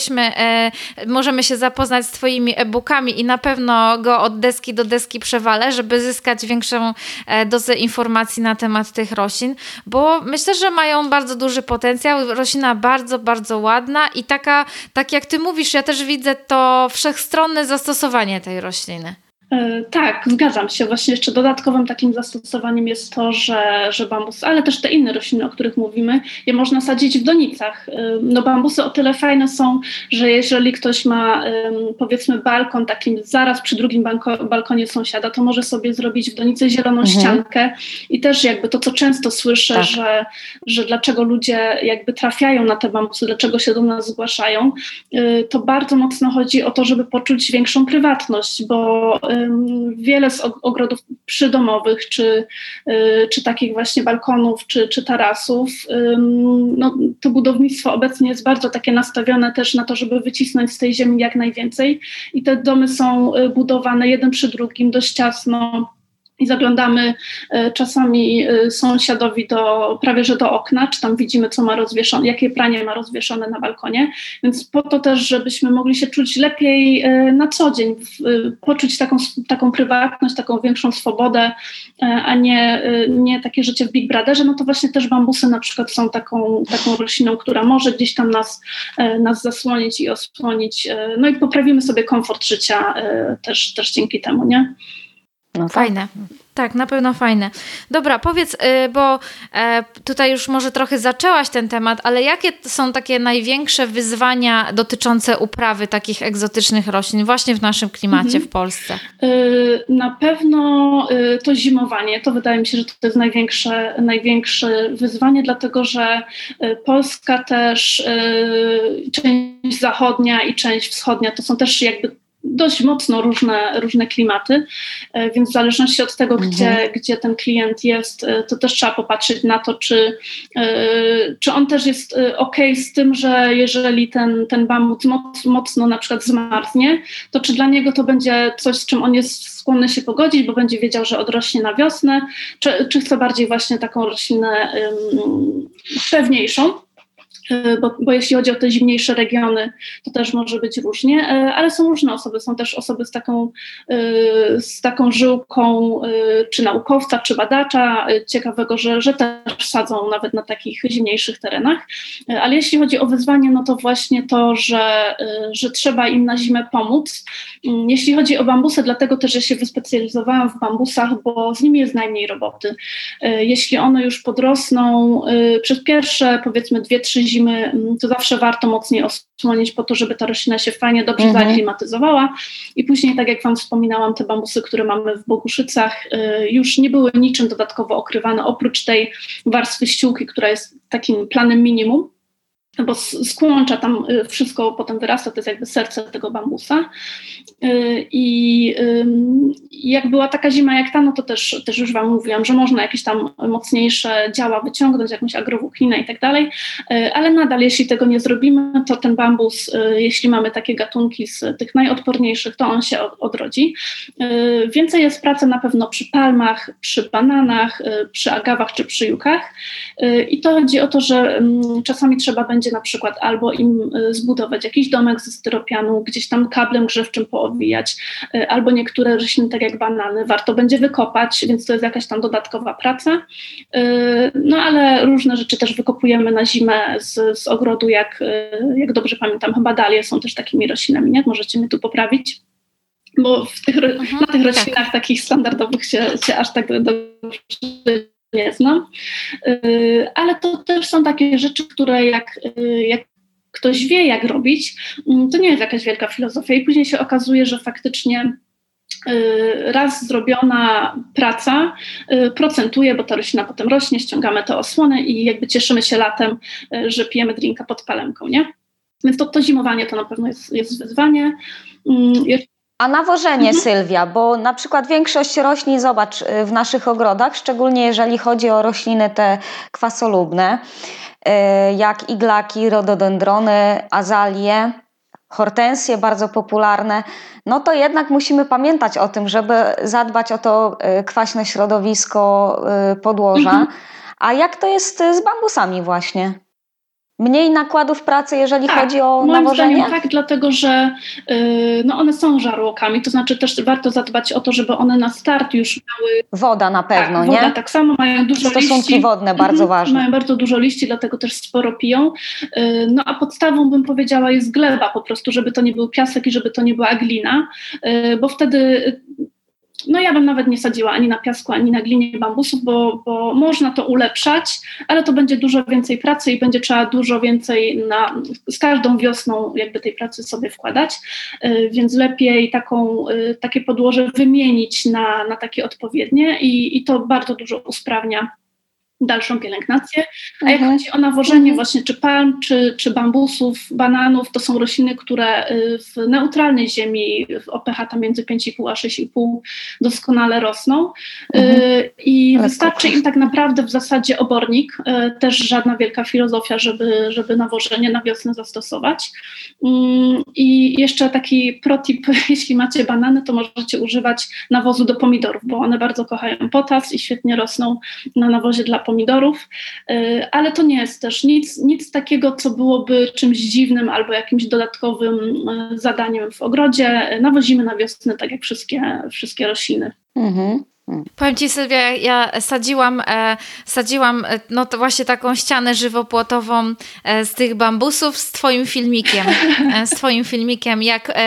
możemy się zapoznać z twoimi e-bookami i na pewno go od deski do deski przewalę, żeby zyskać większą dozę informacji na temat tych roślin, bo myślę, że mają bardzo duży potencjał. Roślina bardzo, bardzo ładna i tak jak ty mówisz, ja też widzę to wszechstronne zastosowanie tej rośliny. Tak, zgadzam się. Właśnie jeszcze dodatkowym takim zastosowaniem jest to, że bambus, ale też te inne rośliny, o których mówimy, je można sadzić w donicach. No bambusy o tyle fajne są, że jeżeli ktoś ma powiedzmy balkon takim zaraz przy drugim balkonie sąsiada, to może sobie zrobić w donicy zieloną ściankę i też jakby to, co często słyszę, tak, że dlaczego ludzie jakby trafiają na te bambusy, dlaczego się do nas zgłaszają, to bardzo mocno chodzi o to, żeby poczuć większą prywatność, bo wiele z ogrodów przydomowych, czy takich właśnie balkonów, czy tarasów, no, to budownictwo obecnie jest bardzo takie nastawione też na to, żeby wycisnąć z tej ziemi jak najwięcej i te domy są budowane jeden przy drugim dość ciasno. i zaglądamy czasami sąsiadowi prawie że do okna, czy tam widzimy, co ma rozwieszone, jakie pranie ma rozwieszone na balkonie, więc po to też, żebyśmy mogli się czuć lepiej na co dzień, poczuć taką prywatność, taką większą swobodę, a nie takie życie w Big Brotherze, no to właśnie też bambusy na przykład są taką rośliną, która może gdzieś tam nas zasłonić i osłonić, no i poprawimy sobie komfort życia też dzięki temu, nie? No fajne. Tak, na pewno fajne. Dobra, powiedz, bo tutaj już może trochę zaczęłaś ten temat, ale jakie są takie największe wyzwania dotyczące uprawy takich egzotycznych roślin właśnie w naszym klimacie w Polsce? Na pewno to zimowanie. To wydaje mi się, że to jest największe wyzwanie, dlatego że Polska też, część zachodnia i część wschodnia, to są też jakby dość mocno różne klimaty, więc w zależności od tego, gdzie ten klient jest, to też trzeba popatrzeć na to, czy on też jest okej z tym, że jeżeli ten bambus mocno na przykład zmarznie, to czy dla niego to będzie coś, z czym on jest skłonny się pogodzić, bo będzie wiedział, że odrośnie na wiosnę, czy chce bardziej właśnie taką roślinę pewniejszą. Bo jeśli chodzi o te zimniejsze regiony, to też może być różnie, ale są różne osoby. Są też osoby z taką żyłką czy naukowca, czy badacza ciekawego, że też sadzą nawet na takich zimniejszych terenach. Ale jeśli chodzi o wyzwanie, no to właśnie to, że trzeba im na zimę pomóc. Jeśli chodzi o bambusy, dlatego też ja się wyspecjalizowałam w bambusach, bo z nimi jest najmniej roboty. Jeśli one już podrosną przez pierwsze, powiedzmy 2-3 zimy, to zawsze warto mocniej osłonić po to, żeby ta roślina się fajnie, dobrze zaaklimatyzowała i później, tak jak Wam wspominałam, te bambusy, które mamy w Boguszycach, już nie były niczym dodatkowo okrywane, oprócz tej warstwy ściółki, która jest takim planem minimum, bo z kłącza tam wszystko potem wyrasta, to jest jakby serce tego bambusa. I jak była taka zima jak ta, no to też już Wam mówiłam, że można jakieś tam mocniejsze działa wyciągnąć, jakąś agrowłókninę i tak dalej, ale nadal jeśli tego nie zrobimy, to ten bambus, jeśli mamy takie gatunki z tych najodporniejszych, to on się odrodzi. Więcej jest pracy na pewno przy palmach, przy bananach, przy agawach czy przy jukach i to chodzi o to, że czasami trzeba będzie na przykład albo im zbudować jakiś domek ze styropianu, gdzieś tam kablem grzewczym poowijać, albo niektóre rośliny, tak jak banany, warto będzie wykopać, więc to jest jakaś tam dodatkowa praca. No ale różne rzeczy też wykopujemy na zimę z ogrodu, jak dobrze pamiętam, chyba dalie są też takimi roślinami, nie? Możecie mnie tu poprawić, bo na tych roślinach takich standardowych się aż tak dobrze nie znam, ale to też są takie rzeczy, które jak ktoś wie, jak robić, to nie jest jakaś wielka filozofia i później się okazuje, że faktycznie raz zrobiona praca procentuje, bo ta roślina potem rośnie, ściągamy te osłony i jakby cieszymy się latem, że pijemy drinka pod palemką, nie? Więc to zimowanie to na pewno jest wyzwanie. A nawożenie, Sylwia, bo na przykład większość roślin, zobacz, w naszych ogrodach, szczególnie jeżeli chodzi o rośliny te kwasolubne, jak iglaki, rododendrony, azalie, hortensje bardzo popularne, no to jednak musimy pamiętać o tym, żeby zadbać o to kwaśne środowisko podłoża. A jak to jest z bambusami właśnie? Mniej nakładów pracy, jeżeli chodzi o nawożenie? Moim zdaniem tak, dlatego że one są żarłokami, to znaczy też warto zadbać o to, żeby one na start już miały... Woda na pewno, nie? Woda tak samo, mają dużo liści. Stosunki wodne bardzo ważne. Mają bardzo dużo liści, dlatego też sporo piją. No a podstawą bym powiedziała jest gleba po prostu, żeby to nie był piasek i żeby to nie była glina, bo wtedy... No ja bym nawet nie sadziła ani na piasku, ani na glinie bambusów, bo można to ulepszać, ale to będzie dużo więcej pracy i będzie trzeba dużo więcej z każdą wiosną jakby tej pracy sobie wkładać, więc lepiej takie podłoże wymienić na takie odpowiednie i to bardzo dużo usprawnia dalszą pielęgnację. A jak chodzi o nawożenie właśnie czy palm, czy bambusów, bananów, to są rośliny, które w neutralnej ziemi o pH tam między 5,5 a 6,5 doskonale rosną. I wystarczy im tak naprawdę w zasadzie obornik, też żadna wielka filozofia, żeby nawożenie na wiosnę zastosować. I jeszcze taki protip, jeśli macie banany, to możecie używać nawozu do pomidorów, bo one bardzo kochają potas i świetnie rosną na nawozie dla pomidorów, ale to nie jest też nic takiego, co byłoby czymś dziwnym albo jakimś dodatkowym zadaniem w ogrodzie. Nawozimy na wiosnę tak jak wszystkie rośliny. Powiem Ci, Sylwia, ja sadziłam no to właśnie taką ścianę żywopłotową z tych bambusów z Twoim filmikiem,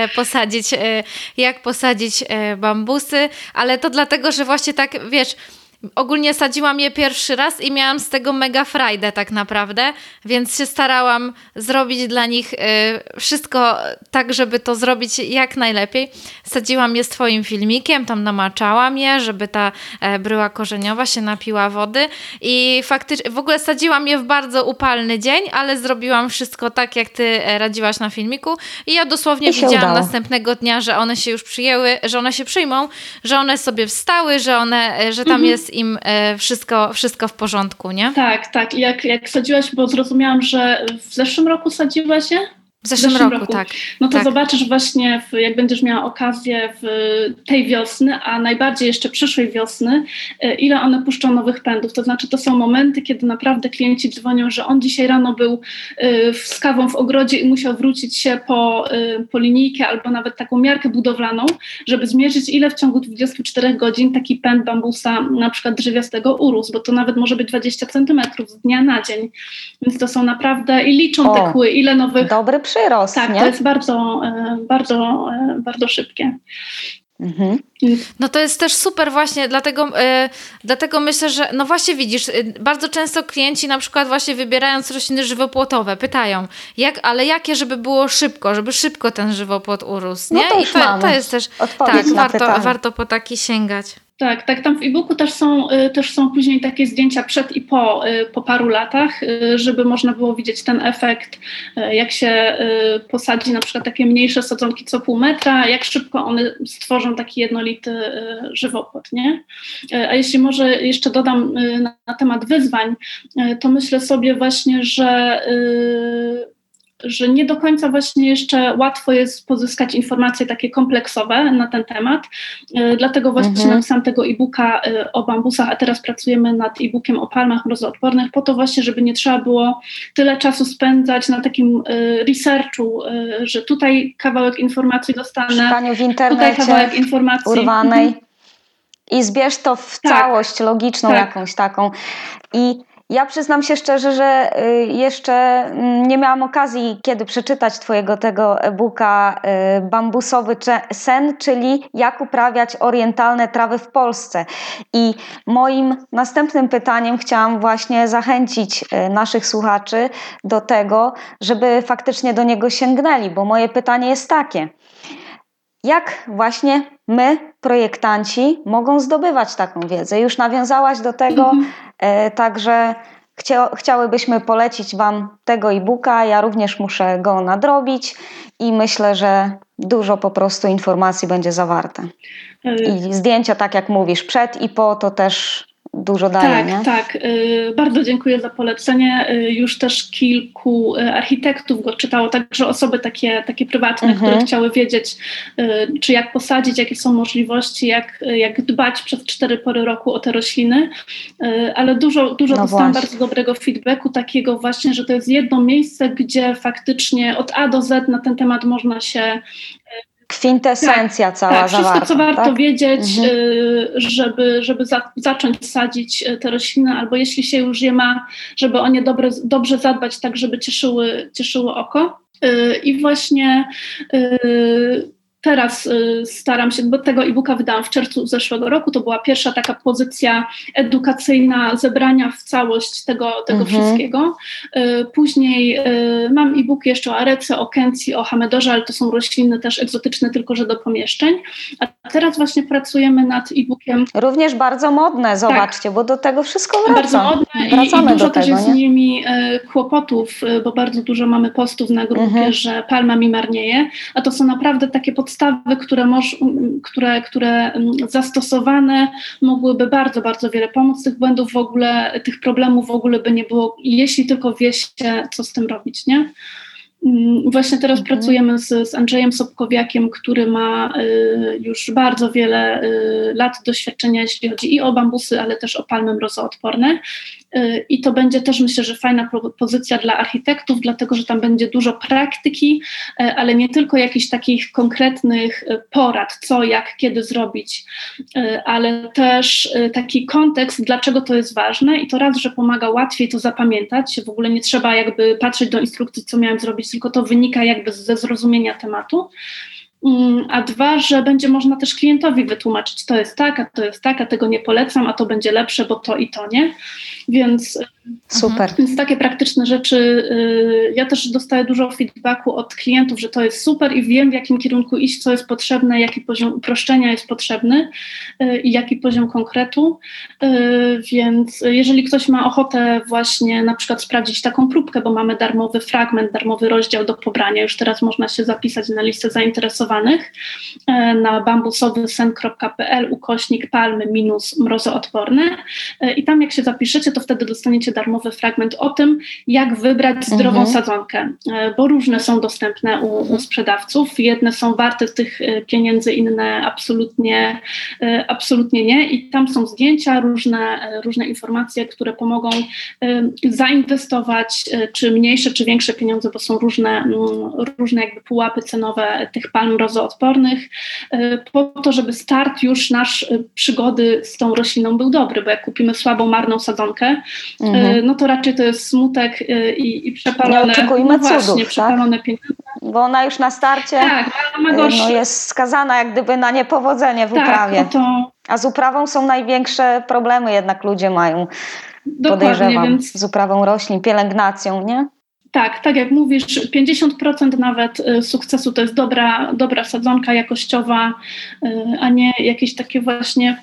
jak posadzić bambusy, ale to dlatego, że właśnie tak, wiesz, ogólnie sadziłam je pierwszy raz i miałam z tego mega frajdę tak naprawdę, więc się starałam zrobić dla nich wszystko tak, żeby to zrobić jak najlepiej. Sadziłam je z Twoim filmikiem, tam namaczałam je, żeby ta bryła korzeniowa się napiła wody i faktycznie w ogóle sadziłam je w bardzo upalny dzień, ale zrobiłam wszystko tak, jak Ty radziłaś na filmiku i ja dosłownie widziałam następnego dnia, że one się już przyjęły, że one się przyjmą, że one sobie wstały, że tam jest im wszystko w porządku, nie? Tak. Jak sadziłaś, bo zrozumiałam, że w zeszłym roku sadziłaś je? W zeszłym roku, tak. No to zobaczysz właśnie, jak będziesz miała okazję w tej wiosny, a najbardziej jeszcze przyszłej wiosny, ile one puszczą nowych pędów. To znaczy, to są momenty, kiedy naprawdę klienci dzwonią, że on dzisiaj rano był z kawą w ogrodzie i musiał wrócić się po linijkę albo nawet taką miarkę budowlaną, żeby zmierzyć, ile w ciągu 24 godzin taki pęd bambusa, na przykład drzewiastego, urósł, bo to nawet może być 20 centymetrów z dnia na dzień. Więc to są naprawdę, i liczą te kły, ile nowych... Dobry przyrost, tak, nie? to jest bardzo szybkie. No to jest też super właśnie, dlatego myślę, że no właśnie widzisz, bardzo często klienci na przykład właśnie wybierając rośliny żywopłotowe pytają, ale jakie, żeby było szybko, żeby szybko ten żywopłot urósł, nie? No to już to jest też, warto po taki sięgać. Tak, tam w e-booku też są później takie zdjęcia przed i po paru latach, żeby można było widzieć ten efekt, jak się posadzi na przykład takie mniejsze sadzonki co pół metra, jak szybko one stworzą taki jednolity żywopłot, nie? A jeśli może jeszcze dodam na temat wyzwań, to myślę sobie właśnie, że nie do końca właśnie jeszcze łatwo jest pozyskać informacje takie kompleksowe na ten temat. Dlatego właśnie napisałam tego e-booka o bambusach, a teraz pracujemy nad e-bookiem o palmach mrozoodpornych, po to właśnie, żeby nie trzeba było tyle czasu spędzać na takim researchu, że tutaj kawałek informacji dostanę, szukaniu w internecie, tutaj kawałek informacji urwanej i zbierz to w całość logiczną jakąś taką. I ja przyznam się szczerze, że jeszcze nie miałam okazji kiedy przeczytać Twojego tego e-booka Bambusowy sen, czyli jak uprawiać orientalne trawy w Polsce. I moim następnym pytaniem chciałam właśnie zachęcić naszych słuchaczy do tego, żeby faktycznie do niego sięgnęli, bo moje pytanie jest takie. Jak właśnie my, projektanci, mogą zdobywać taką wiedzę? Już nawiązałaś do tego, także chciałybyśmy polecić Wam tego e-booka. Ja również muszę go nadrobić i myślę, że dużo po prostu informacji będzie zawarte. I zdjęcia, tak jak mówisz, przed i po to też dużo daje, nie? Tak. Bardzo dziękuję za polecenie. Już też kilku architektów go czytało, także osoby takie prywatne, które chciały wiedzieć, czy jak posadzić, jakie są możliwości, jak dbać przez 4 pory roku o te rośliny. Ale dużo dostałam bardzo dobrego feedbacku, takiego właśnie, że to jest jedno miejsce, gdzie faktycznie od A do Z na ten temat można się... Kwintesencja cała zawarta. Wszystko, co warto wiedzieć, żeby zacząć sadzić te rośliny, albo jeśli się już je ma, żeby o nie dobrze zadbać, tak żeby cieszyły oko. I właśnie teraz staram się, bo tego e-booka wydałam w czerwcu zeszłego roku, to była pierwsza taka pozycja edukacyjna zebrania w całość tego wszystkiego. Później mam e-booki jeszcze o arece, o kencji, o hamedorze, ale to są rośliny też egzotyczne, tylko że do pomieszczeń. A teraz właśnie pracujemy nad e-bookiem. Również bardzo modne, zobaczcie, bo do tego wszystko wraca. Bardzo modne i dużo też jest z nimi kłopotów, bo bardzo dużo mamy postów na grupie, że palma mi marnieje, a to są naprawdę takie podstawy, które zastosowane mogłyby bardzo, bardzo wiele pomóc. Tych błędów w ogóle, tych problemów w ogóle by nie było, jeśli tylko wie się, co z tym robić, nie? Właśnie teraz pracujemy z Andrzejem Sobkowiakiem, który ma już bardzo wiele lat doświadczenia, jeśli chodzi i o bambusy, ale też o palmy mrozoodporne. I to będzie też, myślę, że fajna pozycja dla architektów, dlatego że tam będzie dużo praktyki, ale nie tylko jakichś takich konkretnych porad, co, jak, kiedy zrobić, ale też taki kontekst, dlaczego to jest ważne i to raz, że pomaga łatwiej to zapamiętać, w ogóle nie trzeba jakby patrzeć do instrukcji, co miałem zrobić, tylko to wynika jakby ze zrozumienia tematu. A dwa, że będzie można też klientowi wytłumaczyć, to jest tak, a to jest tak, a tego nie polecam, a to będzie lepsze, bo to i to nie. Więc super. Więc takie praktyczne rzeczy. Ja też dostaję dużo feedbacku od klientów, że to jest super i wiem, w jakim kierunku iść, co jest potrzebne, jaki poziom uproszczenia jest potrzebny i jaki poziom konkretu. Więc jeżeli ktoś ma ochotę właśnie na przykład sprawdzić taką próbkę, bo mamy darmowy fragment, darmowy rozdział do pobrania, już teraz można się zapisać na listę zainteresowanych na bambusowy-palmy-mrozoodporne i tam jak się zapiszecie, to wtedy dostaniecie darmowy fragment o tym, jak wybrać zdrową sadzonkę, bo różne są dostępne u sprzedawców. Jedne są warte tych pieniędzy, inne absolutnie nie. I tam są zdjęcia, różne informacje, które pomogą zainwestować czy mniejsze, czy większe pieniądze, bo są różne jakby pułapy cenowe tych palm mrozoodpornych, po to, żeby start już nasz przygody z tą rośliną był dobry, bo jak kupimy słabą, marną sadzonkę, no to raczej to jest smutek i przepalone, nie oczekujmy cudów, przepalone pieniądze. Bo ona już na starcie jest skazana jak gdyby na niepowodzenie w uprawie. A z uprawą są największe problemy jednak ludzie mają. Dokładnie, podejrzewam, więc z uprawą roślin, pielęgnacją, nie? Tak jak mówisz, 50% nawet sukcesu to jest dobra sadzonka jakościowa, a nie jakieś takie właśnie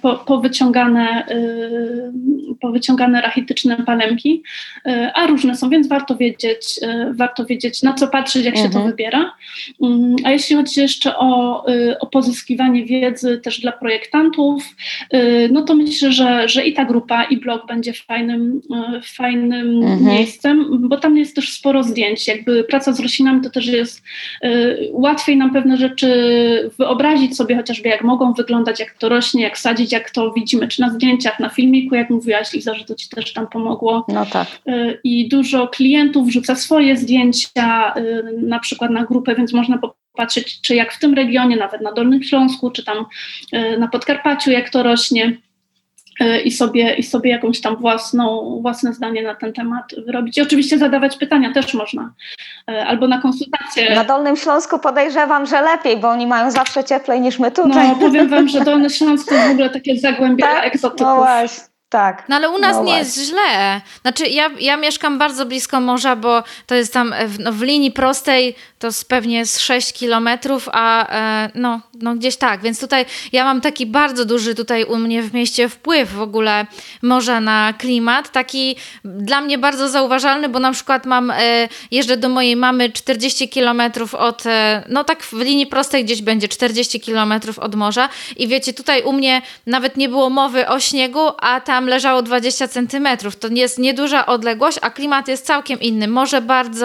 powyciągane rachityczne palemki, a różne są, więc warto wiedzieć, na co patrzeć, jak się to wybiera. A jeśli chodzi jeszcze o pozyskiwanie wiedzy też dla projektantów, no to myślę, że i ta grupa, i blog będzie fajnym miejscem, bo tam jest też sporo zdjęć. Jakby praca z roślinami to też jest łatwiej nam pewne rzeczy wyobrazić sobie, chociażby jak mogą wyglądać, jak to rośnie, jak sadzić, jak to widzimy, czy na zdjęciach, na filmiku, jak mówiłaś, Iza, że to ci też tam pomogło. No tak. I dużo klientów wrzuca swoje zdjęcia, na przykład na grupę, więc można popatrzeć, czy jak w tym regionie, nawet na Dolnym Śląsku, czy tam na Podkarpaciu, jak to rośnie. I sobie jakąś tam własne zdanie na ten temat wyrobić. I oczywiście zadawać pytania też można. Albo na konsultacje. Na Dolnym Śląsku podejrzewam, że lepiej, bo oni mają zawsze cieplej niż my tutaj. No, powiem wam, że Dolny Śląsk to jest w ogóle takie zagłębie dla egzotyków. No właśnie. Tak. No ale u nas nie jest źle. Znaczy ja mieszkam bardzo blisko morza, bo to jest tam w linii prostej to jest pewnie z 6 kilometrów, a no gdzieś tak. Więc tutaj ja mam taki bardzo duży tutaj u mnie w mieście wpływ w ogóle morza na klimat. Taki dla mnie bardzo zauważalny, bo na przykład jeżdżę do mojej mamy 40 kilometrów od, no tak w linii prostej gdzieś będzie 40 kilometrów od morza i wiecie, tutaj u mnie nawet nie było mowy o śniegu, a tam leżało 20 centymetrów. To jest nieduża odległość, a klimat jest całkiem inny. Może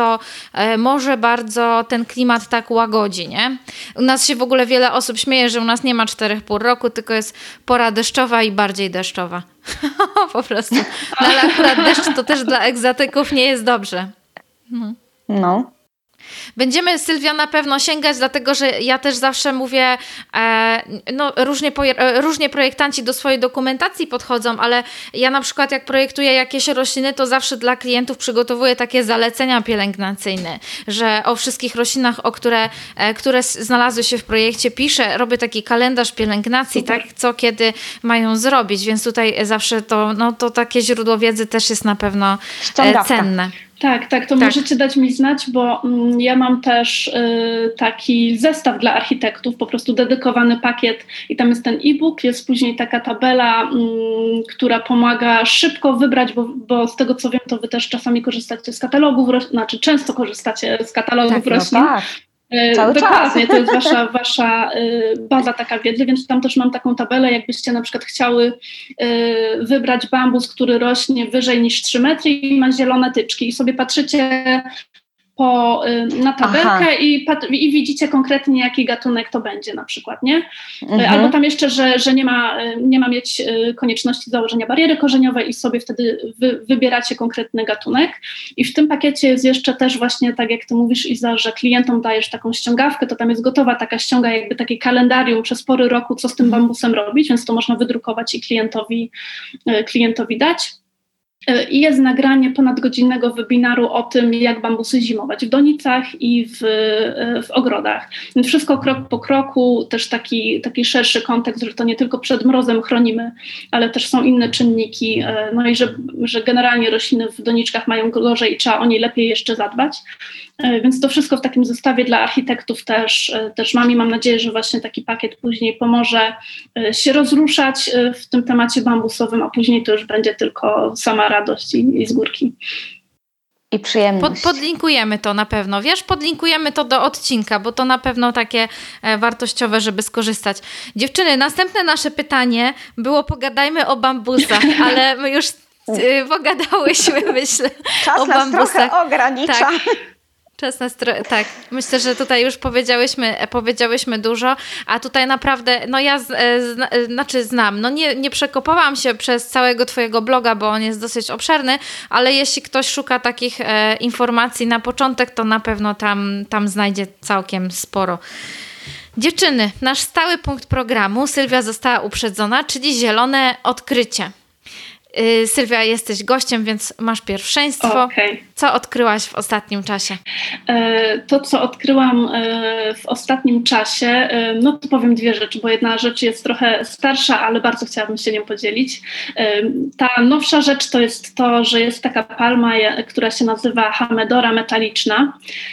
bardzo ten klimat tak łagodzi, nie? U nas się w ogóle wiele osób śmieje, że u nas nie ma 4 pół roku, tylko jest pora deszczowa i bardziej deszczowa. Po prostu. No ale akurat deszcz to też dla egzotyków nie jest dobrze. No. Będziemy, Sylwia, na pewno sięgać, dlatego że ja też zawsze mówię, różnie projektanci do swojej dokumentacji podchodzą, ale ja na przykład jak projektuję jakieś rośliny, to zawsze dla klientów przygotowuję takie zalecenia pielęgnacyjne, że o wszystkich roślinach, które znalazły się w projekcie, piszę, robię taki kalendarz pielęgnacji, tak, co kiedy mają zrobić, więc tutaj zawsze to takie źródło wiedzy też jest na pewno cenne. Tak, to możecie dać mi znać, bo ja mam też taki zestaw dla architektów, po prostu dedykowany pakiet i tam jest ten e-book, jest później taka tabela, która pomaga szybko wybrać, bo z tego co wiem, to wy też czasami korzystacie z katalogów, często korzystacie z katalogów roślin. No tak. Cały Dokładnie, czas. to jest wasza baza taka wiedzy, więc tam też mam taką tabelę, jakbyście na przykład chciały wybrać bambus, który rośnie wyżej niż 3 metry i ma zielone tyczki i sobie patrzycie na tabelkę i widzicie konkretnie, jaki gatunek to będzie na przykład, nie? Albo tam jeszcze, że nie ma mieć konieczności założenia bariery korzeniowej i sobie wtedy wybieracie konkretny gatunek. I w tym pakiecie jest jeszcze też właśnie, tak jak ty mówisz, Iza, że klientom dajesz taką ściągawkę, to tam jest gotowa taka ściąga, jakby takie kalendarium przez pory roku, co z tym bambusem robić, więc to można wydrukować i klientowi dać. I jest nagranie ponadgodzinnego webinaru o tym, jak bambusy zimować w donicach i w ogrodach. Więc wszystko krok po kroku, też taki szerszy kontekst, że to nie tylko przed mrozem chronimy, ale też są inne czynniki, no i że generalnie rośliny w doniczkach mają gorzej i trzeba o nie lepiej jeszcze zadbać. Więc to wszystko w takim zestawie dla architektów też mam i mam nadzieję, że właśnie taki pakiet później pomoże się rozruszać w tym temacie bambusowym, a później to już będzie tylko sama radość i z górki. I przyjemność. Podlinkujemy to na pewno, podlinkujemy to do odcinka, bo to na pewno takie wartościowe, żeby skorzystać. Dziewczyny, następne nasze pytanie było pogadajmy o bambusach, ale my już pogadałyśmy, myślę, Czas o nas bambusach. trochę ogranicza. Tak. Czas nas tak, myślę, że tutaj już powiedziałyśmy dużo, a tutaj naprawdę, ja znam, nie przekopałam się przez całego twojego bloga, bo on jest dosyć obszerny, ale jeśli ktoś szuka takich informacji na początek, to na pewno tam znajdzie całkiem sporo. Dziewczyny, nasz stały punkt programu, Sylwia została uprzedzona, czyli zielone odkrycie. Sylwia, jesteś gościem, więc masz pierwszeństwo. Okay. Co odkryłaś w ostatnim czasie? To, co odkryłam w ostatnim czasie, to powiem 2 rzeczy, bo jedna rzecz jest trochę starsza, ale bardzo chciałabym się nią podzielić. Ta nowsza rzecz to jest to, że jest taka palma, która się nazywa Hamedora metaliczna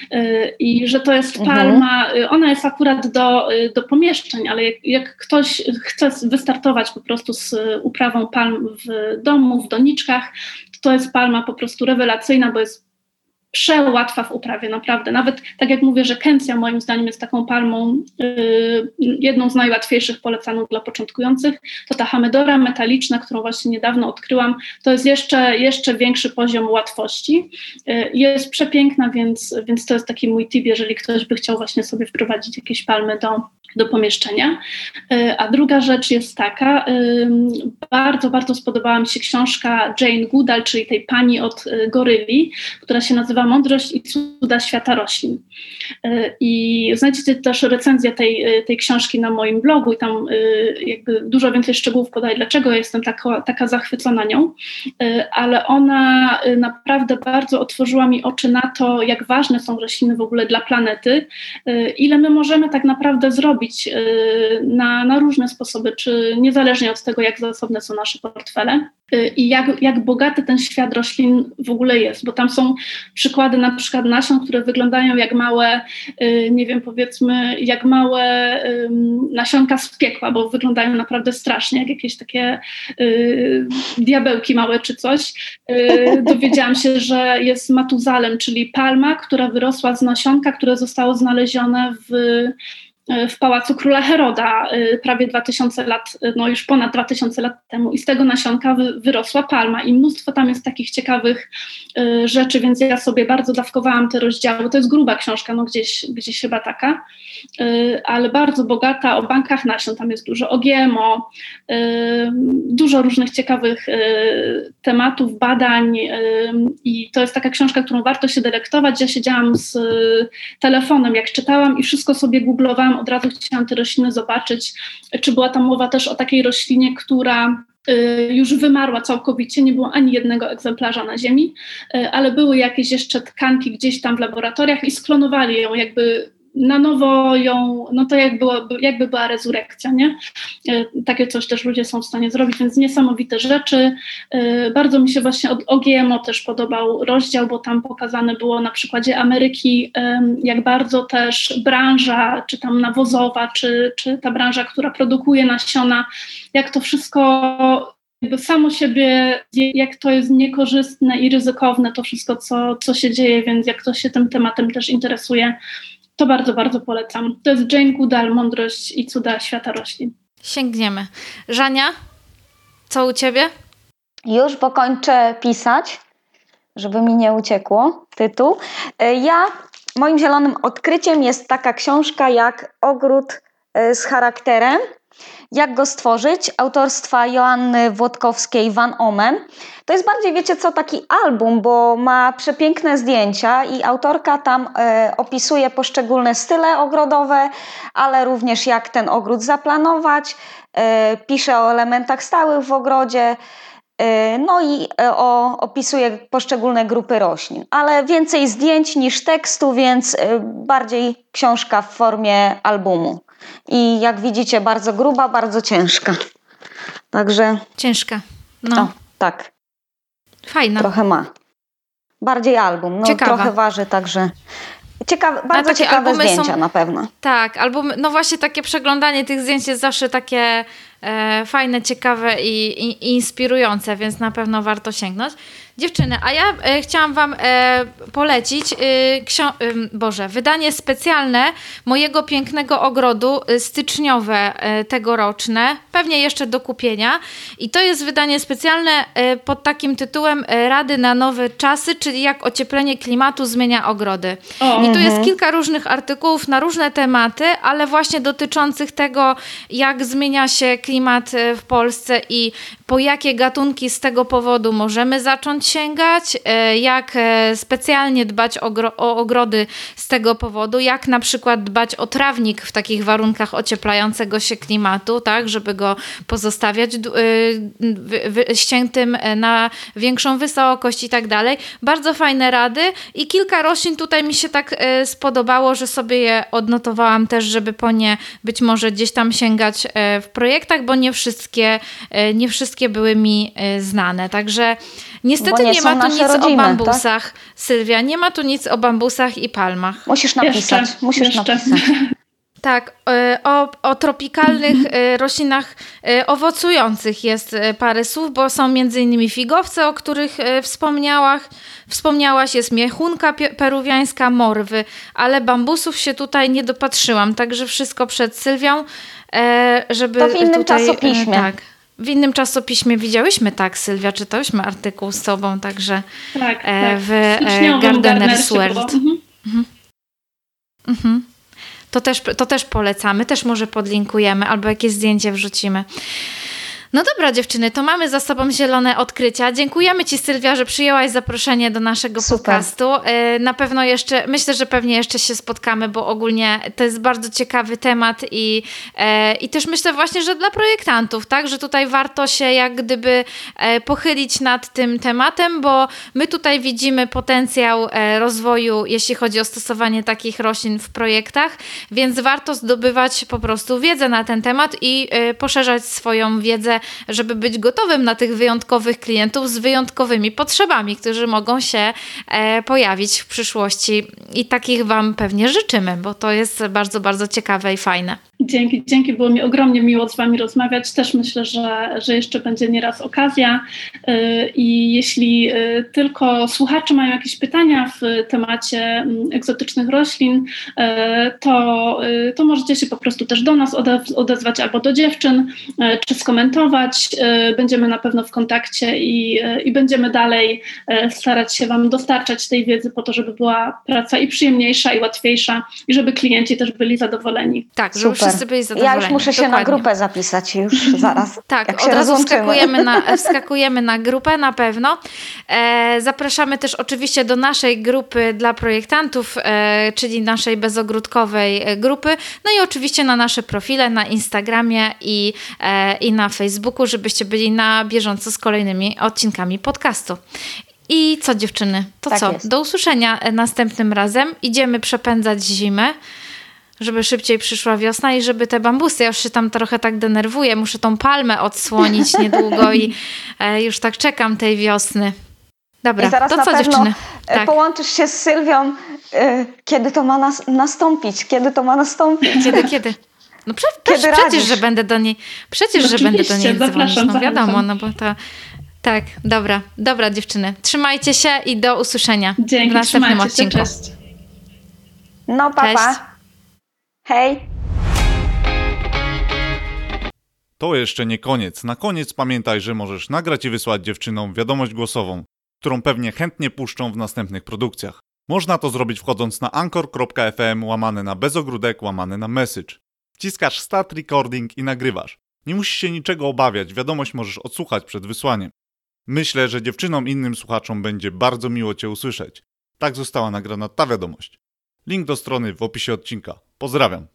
i że to jest palma, ona jest akurat do pomieszczeń, ale jak ktoś chce wystartować po prostu z uprawą palm w domu, w doniczkach, to jest palma po prostu rewelacyjna, bo jest przełatwa w uprawie, naprawdę. Nawet tak jak mówię, że Kencja moim zdaniem jest taką palmą, jedną z najłatwiejszych polecanych dla początkujących, to ta Hamedora metaliczna, którą właśnie niedawno odkryłam, to jest jeszcze większy poziom łatwości. Jest przepiękna, więc to jest taki mój tip, jeżeli ktoś by chciał właśnie sobie wprowadzić jakieś palmy do pomieszczenia. A druga rzecz jest taka, bardzo, bardzo spodobała mi się książka Jane Goodall, czyli tej pani od goryli, która się nazywa Mądrość i cuda świata roślin. I znajdziecie też recenzję tej książki na moim blogu i tam jakby dużo więcej szczegółów podaję, dlaczego ja jestem taka zachwycona nią, ale ona naprawdę bardzo otworzyła mi oczy na to, jak ważne są rośliny w ogóle dla planety, ile my możemy tak naprawdę zrobić na różne sposoby, czy niezależnie od tego, jak zasobne są nasze portfele i jak bogaty ten świat roślin w ogóle jest, bo tam są przykłady na przykład nasion, które wyglądają jak małe, jak małe nasionka z piekła, bo wyglądają naprawdę strasznie, jak jakieś takie diabełki małe czy coś. Dowiedziałam się, że jest Matuzalem, czyli palma, która wyrosła z nasionka, które zostało znalezione w w Pałacu Króla Heroda prawie 2000 lat, no już ponad 2000 lat temu i z tego nasionka wyrosła palma i mnóstwo tam jest takich ciekawych rzeczy, więc ja sobie bardzo dawkowałam te rozdziały. To jest gruba książka, no gdzieś chyba taka, ale bardzo bogata o bankach nasion. Tam jest dużo o GMO, dużo różnych ciekawych tematów, badań i to jest taka książka, którą warto się delektować. Ja siedziałam z telefonem, jak czytałam i wszystko sobie googlowałam, od razu chciałam te rośliny zobaczyć, czy była tam mowa też o takiej roślinie, która już wymarła całkowicie, nie było ani jednego egzemplarza na ziemi, ale były jakieś jeszcze tkanki gdzieś tam w laboratoriach i sklonowali ją jakby na nowo ją, no to jakby była rezurekcja, nie? Takie coś też ludzie są w stanie zrobić, więc niesamowite rzeczy. Bardzo mi się właśnie o GMO też podobał rozdział, bo tam pokazane było na przykładzie Ameryki, jak bardzo też branża, czy tam nawozowa, czy ta branża, która produkuje nasiona, jak to wszystko jakby samo siebie, jak to jest niekorzystne i ryzykowne, to wszystko, co się dzieje, więc jak ktoś się tym tematem też interesuje, to bardzo, bardzo polecam. To jest Jane Goodall, Mądrość i cuda świata roślin. Sięgniemy. Żania, co u ciebie? Już, bo kończę pisać, żeby mi nie uciekło tytuł. Moim zielonym odkryciem jest taka książka jak Ogród z charakterem. Jak go stworzyć? Autorstwa Joanny Włodkowskiej-Van Omen. To jest bardziej, wiecie co, taki album, bo ma przepiękne zdjęcia i autorka tam opisuje poszczególne style ogrodowe, ale również jak ten ogród zaplanować. Pisze o elementach stałych w ogrodzie, no i opisuje poszczególne grupy roślin. Ale więcej zdjęć niż tekstu, więc bardziej książka w formie albumu. I jak widzicie, bardzo gruba, bardzo ciężka. Także... Ciężka. No. O, tak. Fajna. Trochę ma. Bardziej album. No, ciekawa. Trochę waży, także... Bardzo ciekawe zdjęcia na pewno. Tak, albumy, no właśnie takie przeglądanie tych zdjęć jest zawsze takie fajne, ciekawe i inspirujące, więc na pewno warto sięgnąć. Dziewczyny, a ja chciałam wam polecić wydanie specjalne mojego pięknego ogrodu, styczniowe, tegoroczne, pewnie jeszcze do kupienia. I to jest wydanie specjalne pod takim tytułem Rady na nowe czasy, czyli jak ocieplenie klimatu zmienia ogrody. I tu jest kilka różnych artykułów na różne tematy, ale właśnie dotyczących tego, jak zmienia się klimat w Polsce i po jakie gatunki z tego powodu możemy zacząć sięgać, jak specjalnie dbać o ogrody z tego powodu, jak na przykład dbać o trawnik w takich warunkach ocieplającego się klimatu, tak, żeby go pozostawiać ściętym na większą wysokość i tak dalej. Bardzo fajne rady i kilka roślin tutaj mi się tak spodobało, że sobie je odnotowałam też, żeby po nie być może gdzieś tam sięgać w projektach, bo nie wszystkie były mi znane. Także niestety nie ma tu nic o bambusach. Tak? Sylwia, nie ma tu nic o bambusach i palmach. Musisz napisać. Tak, o tropikalnych roślinach owocujących jest parę słów, bo są m.in. figowce, o których wspomniałaś, jest miechunka peruwiańska, morwy, ale bambusów się tutaj nie dopatrzyłam, także wszystko przed Sylwią, żeby to w innym czasopiśmie. Tak. W innym czasopiśmie widziałyśmy, tak, Sylwia, czytałyśmy artykuł z tobą, także tak. w Gardener's World. To też polecamy, też może podlinkujemy albo jakieś zdjęcie wrzucimy. No dobra, dziewczyny, to mamy za sobą zielone odkrycia. Dziękujemy ci, Sylwia, że przyjęłaś zaproszenie do naszego podcastu. Na pewno myślę, że pewnie jeszcze się spotkamy, bo ogólnie to jest bardzo ciekawy temat i też myślę właśnie, że dla projektantów, tak, że tutaj warto się jak gdyby pochylić nad tym tematem, bo my tutaj widzimy potencjał rozwoju, jeśli chodzi o stosowanie takich roślin w projektach, więc warto zdobywać po prostu wiedzę na ten temat i poszerzać swoją wiedzę, żeby być gotowym na tych wyjątkowych klientów z wyjątkowymi potrzebami, którzy mogą się pojawić w przyszłości i takich wam pewnie życzymy, bo to jest bardzo, bardzo ciekawe i fajne. Dzięki, było mi ogromnie miło z Wami rozmawiać. Też myślę, że jeszcze będzie nieraz okazja i jeśli tylko słuchacze mają jakieś pytania w temacie egzotycznych roślin, to możecie się po prostu też do nas odezwać albo do dziewczyn, czy skomentować. Będziemy na pewno w kontakcie i będziemy dalej starać się Wam dostarczać tej wiedzy po to, żeby była praca i przyjemniejsza, i łatwiejsza, i żeby klienci też byli zadowoleni. Tak, żeby wszyscy byli zadowoleni. Ja już muszę się na grupę zapisać już zaraz. Tak, od razu wskakujemy na grupę na pewno. Zapraszamy też oczywiście do naszej grupy dla projektantów, czyli naszej bezogródkowej grupy. No i oczywiście na nasze profile na Instagramie i na Facebooku, żebyście byli na bieżąco z kolejnymi odcinkami podcastu. I co, dziewczyny? To tak co? Jest. Do usłyszenia następnym razem. Idziemy przepędzać zimę, żeby szybciej przyszła wiosna i żeby te bambusy, ja już się tam trochę tak denerwuję, muszę tą palmę odsłonić niedługo i już tak czekam tej wiosny. Dobra, i zaraz to na co, pewno dziewczyny? Tak. Połączysz się z Sylwią, kiedy to ma nastąpić? Kiedy? No przecież, że będę do niej dzwonić, no wiadomo, no bo to... Tak, dobra dziewczyny. Trzymajcie się i do usłyszenia w następnym odcinku. Cześć. No, papa. Cześć. Hej. To jeszcze nie koniec. Na koniec pamiętaj, że możesz nagrać i wysłać dziewczynom wiadomość głosową, którą pewnie chętnie puszczą w następnych produkcjach. Można to zrobić wchodząc na anchor.fm/bezogródek/message. Wciskasz Start Recording i nagrywasz. Nie musisz się niczego obawiać, wiadomość możesz odsłuchać przed wysłaniem. Myślę, że dziewczynom i innym słuchaczom będzie bardzo miło Cię usłyszeć. Tak została nagrana ta wiadomość. Link do strony w opisie odcinka. Pozdrawiam.